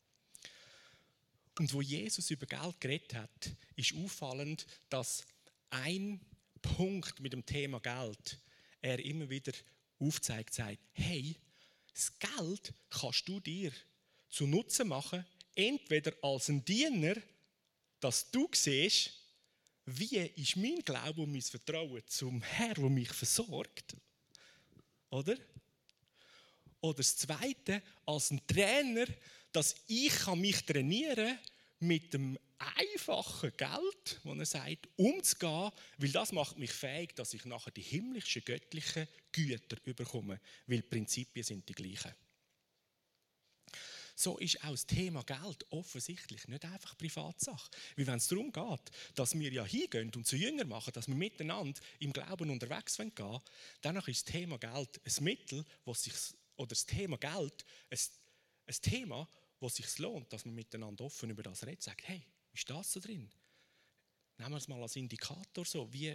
Und wo Jesus über Geld geredet hat, ist auffallend, dass ein Punkt mit dem Thema Geld er immer wieder aufzeigt, sagt, hey, das Geld kannst du dir zu Nutzen machen, entweder als ein Diener, dass du siehst, wie ist mein Glaube und mein Vertrauen zum Herrn, der mich versorgt, oder? Oder das Zweite, als ein Trainer, dass ich mich trainieren kann, mit dem einfachen Geld, das er sagt, umzugehen, weil das macht mich fähig, dass ich nachher die himmlischen, göttlichen Güter überkomme, weil die Prinzipien sind die gleichen. So ist auch das Thema Geld offensichtlich nicht einfach Privatsache. Weil wenn es darum geht, dass wir ja hingehen und zu Jünger machen, dass wir miteinander im Glauben unterwegs gehen wollen, dann ist das Thema Geld ein Mittel, was sich, oder das Thema Geld ein, ein Thema, wo es sich lohnt, dass man miteinander offen über das redet, sagt, hey, ist das so drin? nehmen wir es mal als Indikator so, wie,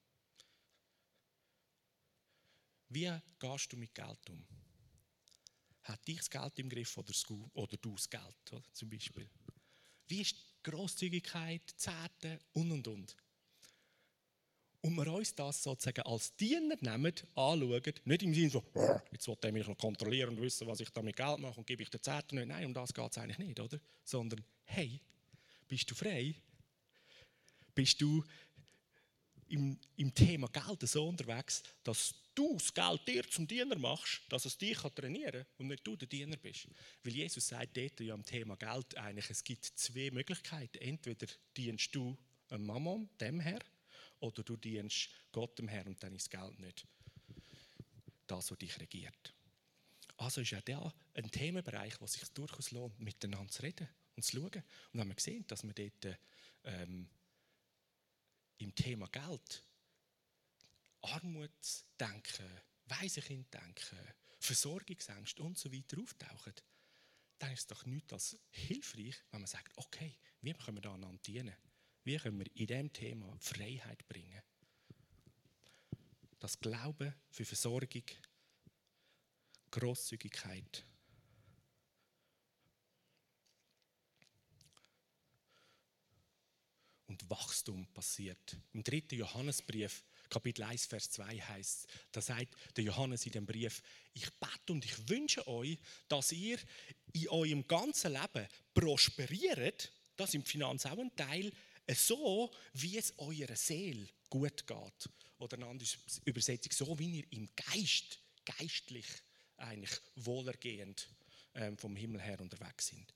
wie gehst du mit Geld um? Hat dich das Geld im Griff oder, das, oder du das Geld, oder, zum Beispiel? Wie ist die Grosszügigkeit, Zehnte und und und? Und wir uns das sozusagen als Diener nehmen, anschauen, nicht im Sinne von, jetzt will er mich noch kontrollieren und wissen, was ich da mit Geld mache und gebe ich den Zehnten nicht. Nein, um das geht es eigentlich nicht, oder? Sondern, hey, bist du frei? Bist du im, im Thema Geld so unterwegs, dass du das Geld dir zum Diener machst, dass es dich trainieren kann und nicht du der Diener bist? Weil Jesus sagt dort ja am Thema Geld eigentlich, es gibt zwei Möglichkeiten. Entweder dienst du einem Mammon, dem Herr, oder du dienst Gott dem Herrn und dann ist das Geld nicht das, was dich regiert. Also ist ja da ein Themenbereich, wo es sich durchaus lohnt, miteinander zu reden und zu schauen. Und haben wir gesehen, dass wir dort ähm, im Thema Geld Armutsdenken, Waisenkinddenken, Versorgungsängste und so weiter auftauchen, dann ist es doch nichts als hilfreich, wenn man sagt, okay, wie können wir da einander dienen? Wie können wir in diesem Thema Freiheit bringen? Das Glauben für Versorgung, Grosszügigkeit. Und Wachstum passiert. Im dritten Johannesbrief, Kapitel eins, Vers zwei heißt, da sagt der Johannes in dem Brief, ich bete und ich wünsche euch, dass ihr in eurem ganzen Leben prosperiert, das ist im Finanz auch ein Teil, so, wie es eurer Seele gut geht. Oder eine andere Übersetzung, so wie ihr im Geist, geistlich eigentlich wohlergehend ähm, vom Himmel her unterwegs sind.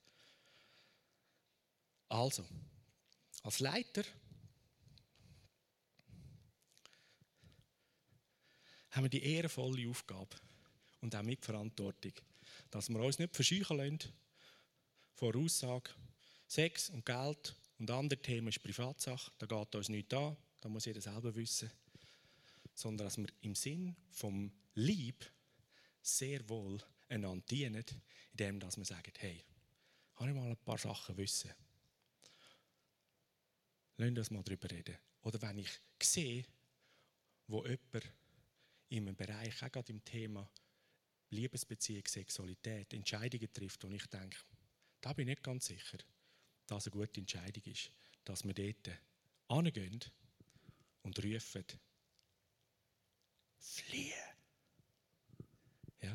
Also, als Leiter haben wir die ehrenvolle Aufgabe und auch Mitverantwortung, dass wir uns nicht verscheuchen lassen vor Aussage, Sex und Geld und andere Themen ist Privatsache, da geht uns nichts an, da muss jeder selber wissen, sondern dass wir im Sinn vom Lieb sehr wohl einander dienen, indem dass wir sagen, hey, habe ich mal ein paar Sachen wissen. Lass uns mal darüber reden. Oder wenn ich sehe, wo jemand in einem Bereich, auch gerade im Thema Liebesbeziehung, Sexualität, Entscheidungen trifft, wo ich denke, da bin ich nicht ganz sicher, dass eine gute Entscheidung ist, dass wir dort hingehen und rufen, fliehen. Ja.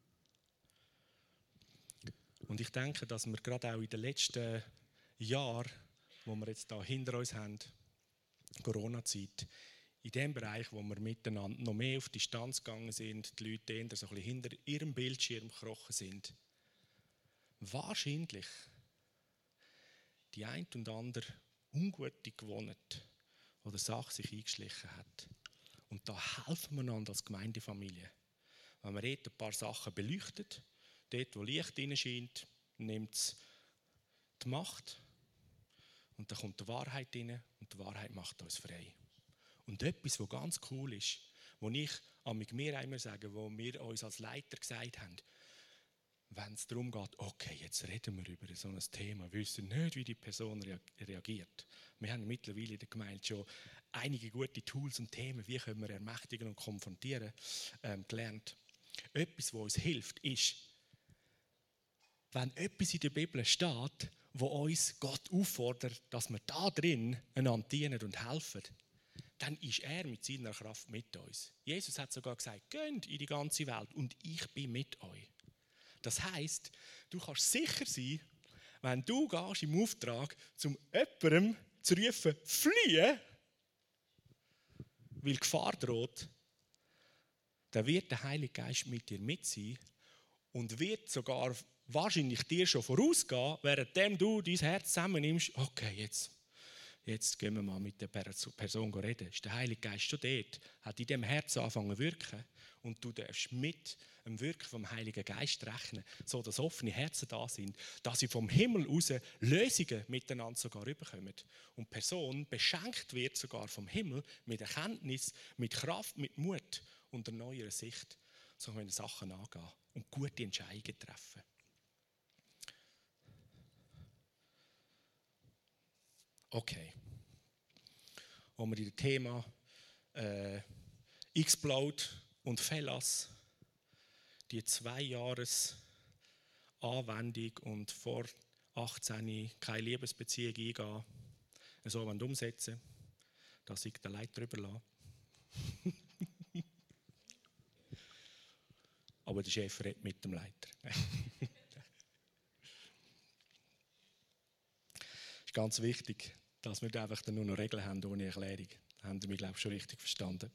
Und ich denke, dass wir gerade auch in den letzten Jahren, wo wir jetzt da hinter uns haben, Corona-Zeit, in dem Bereich, wo wir miteinander noch mehr auf Distanz gegangen sind, die Leute eher so ein bisschen hinter ihrem Bildschirm gekrochen sind, wahrscheinlich die ein und andere ungute Gewohnheit oder Sache sich eingeschlichen hat. Und da helfen wir einander als Gemeindefamilie. Wenn man dort ein paar Sachen beleuchtet, dort wo Licht hineinscheint, nimmt es die Macht und dann kommt die Wahrheit rein und die Wahrheit macht uns frei. Und etwas, was ganz cool ist, was ich an mir immer sage, wo wir uns als Leiter gesagt haben, wenn es darum geht, okay, jetzt reden wir über so ein Thema, wir wissen nicht, wie die Person reagiert. Wir haben mittlerweile in der Gemeinde schon einige gute Tools und Themen, wie können wir ermächtigen und konfrontieren, ähm, gelernt. Etwas, was uns hilft, ist, wenn etwas in der Bibel steht, wo uns Gott auffordert, dass wir da drin einander dienen und helfen, dann ist er mit seiner Kraft mit uns. Jesus hat sogar gesagt, geht in die ganze Welt und ich bin mit euch. Das heisst, du kannst sicher sein, wenn du gehst im Auftrag, zum jemandem zu rufen, fliehen, weil Gefahr droht, dann wird der Heilige Geist mit dir mit sein und wird sogar wahrscheinlich dir schon vorausgehen, währenddem du dein Herz zusammennimmst, okay, jetzt, jetzt gehen wir mal mit der Person reden. Ist der Heilige Geist schon dort, hat in dem Herz angefangen zu wirken und du darfst mit dem Wirken vom Heiligen Geist rechnen, so dass offene Herzen da sind, dass sie vom Himmel aus Lösungen miteinander sogar rüberkommen. Und die Person beschenkt wird sogar vom Himmel mit Erkenntnis, mit Kraft, mit Mut und einer neuen Sicht, so können wir Sachen angehen und gute Entscheidungen treffen. Okay. wo wir in dem Thema äh, Explode und Fellas die zwei Jahres Anwendung und vor achtzehn keine Liebesbeziehung eingehen, so umsetzen, dass ich den Leiter drüber lasse. Aber der Chef redet mit dem Leiter. Es ist ganz wichtig, dass wir einfach dann nur noch Regeln haben ohne Erklärung. Da haben Sie mich, glaube ich, schon richtig verstanden.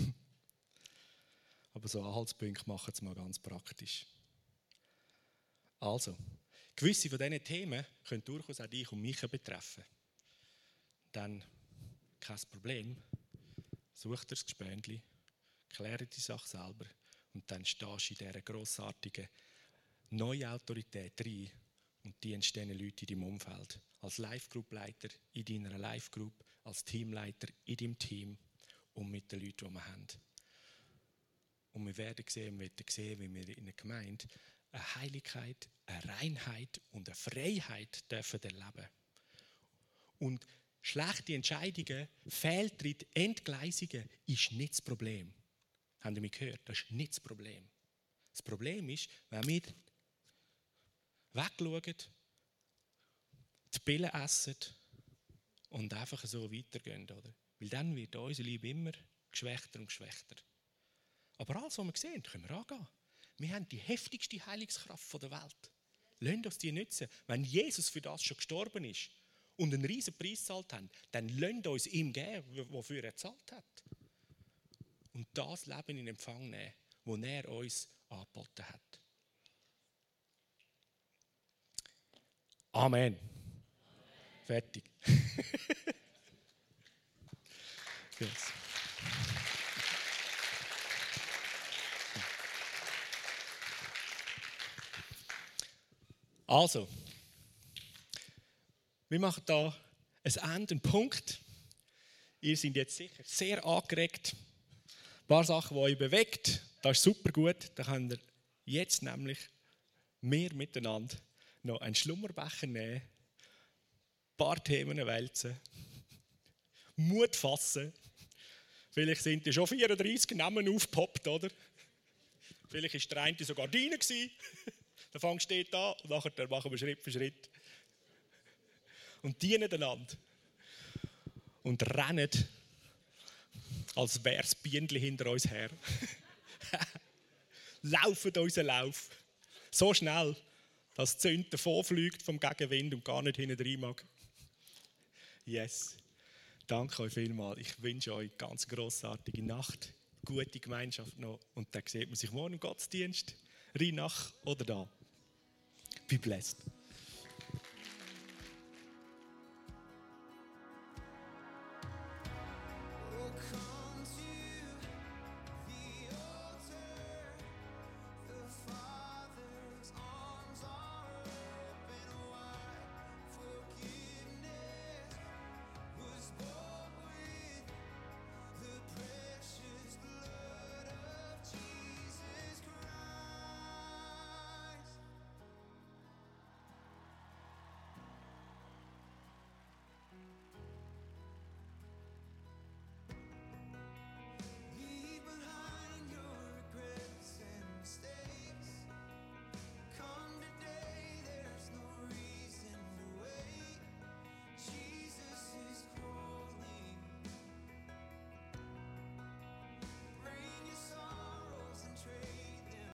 Aber so Anhaltspunkte machen es mal ganz praktisch. Also, gewisse von diesen Themen können durchaus auch dich und mich betreffen. Dann kein Problem. Such dir das Gespöndli, kläre die Sache selber und dann stehst du in dieser grossartigen neuen Autorität rein und dienst diesen Leuten in deinem Umfeld. Als Live-Group-Leiter in deiner Live-Group, als Teamleiter in deinem Team und mit den Leuten, die wir haben. Und wir werden sehen, wir werden sehen, wie wir in einer Gemeinde eine Heiligkeit, eine Reinheit und eine Freiheit dürfen erleben. Und schlechte Entscheidungen, Fehltritte, Entgleisungen ist nicht das Problem. Habt ihr mich gehört? Das ist nicht das Problem. Das Problem ist, wenn wir wegschauen, die Pillen essen und einfach so weitergehen. Oder? Weil dann wird unsere Liebe immer geschwächter und geschwächter. Aber alles, was wir sehen, können wir angehen. Wir haben die heftigste Heilungskraft der Welt. Lasst uns die nutzen. Wenn Jesus für das schon gestorben ist und einen riesen Preis gezahlt hat, dann lasst uns ihm geben, wofür er gezahlt hat. Und das Leben in Empfang nehmen, das er uns angeboten hat. Amen. Fertig. Yes. Also, wir machen da ein Ende, einen Punkt. Ihr seid jetzt sicher sehr angeregt. Ein paar Sachen, die euch bewegt, das ist super gut. Da könnt ihr jetzt nämlich mehr miteinander noch einen Schlummerbecher nehmen, ein paar Themen wälzen, Mut fassen. Vielleicht sind die schon vierunddreißig Namen aufgepoppt, oder? Vielleicht war der eine sogar deiner. Der Fang steht da und nachher machen wir Schritt für Schritt. Und dienen einander. Und rennen, als wäre das Bienchen hinter uns her. Laufen unseren Lauf. So schnell, dass die Zünd davonfliegt vom Gegenwind und gar nicht hinten rein mag. Yes. Danke euch vielmals. Ich wünsche euch eine ganz grossartige Nacht, gute Gemeinschaft noch. Und dann sieht man sich morgen im Gottesdienst. Reinach oder da. Be blessed.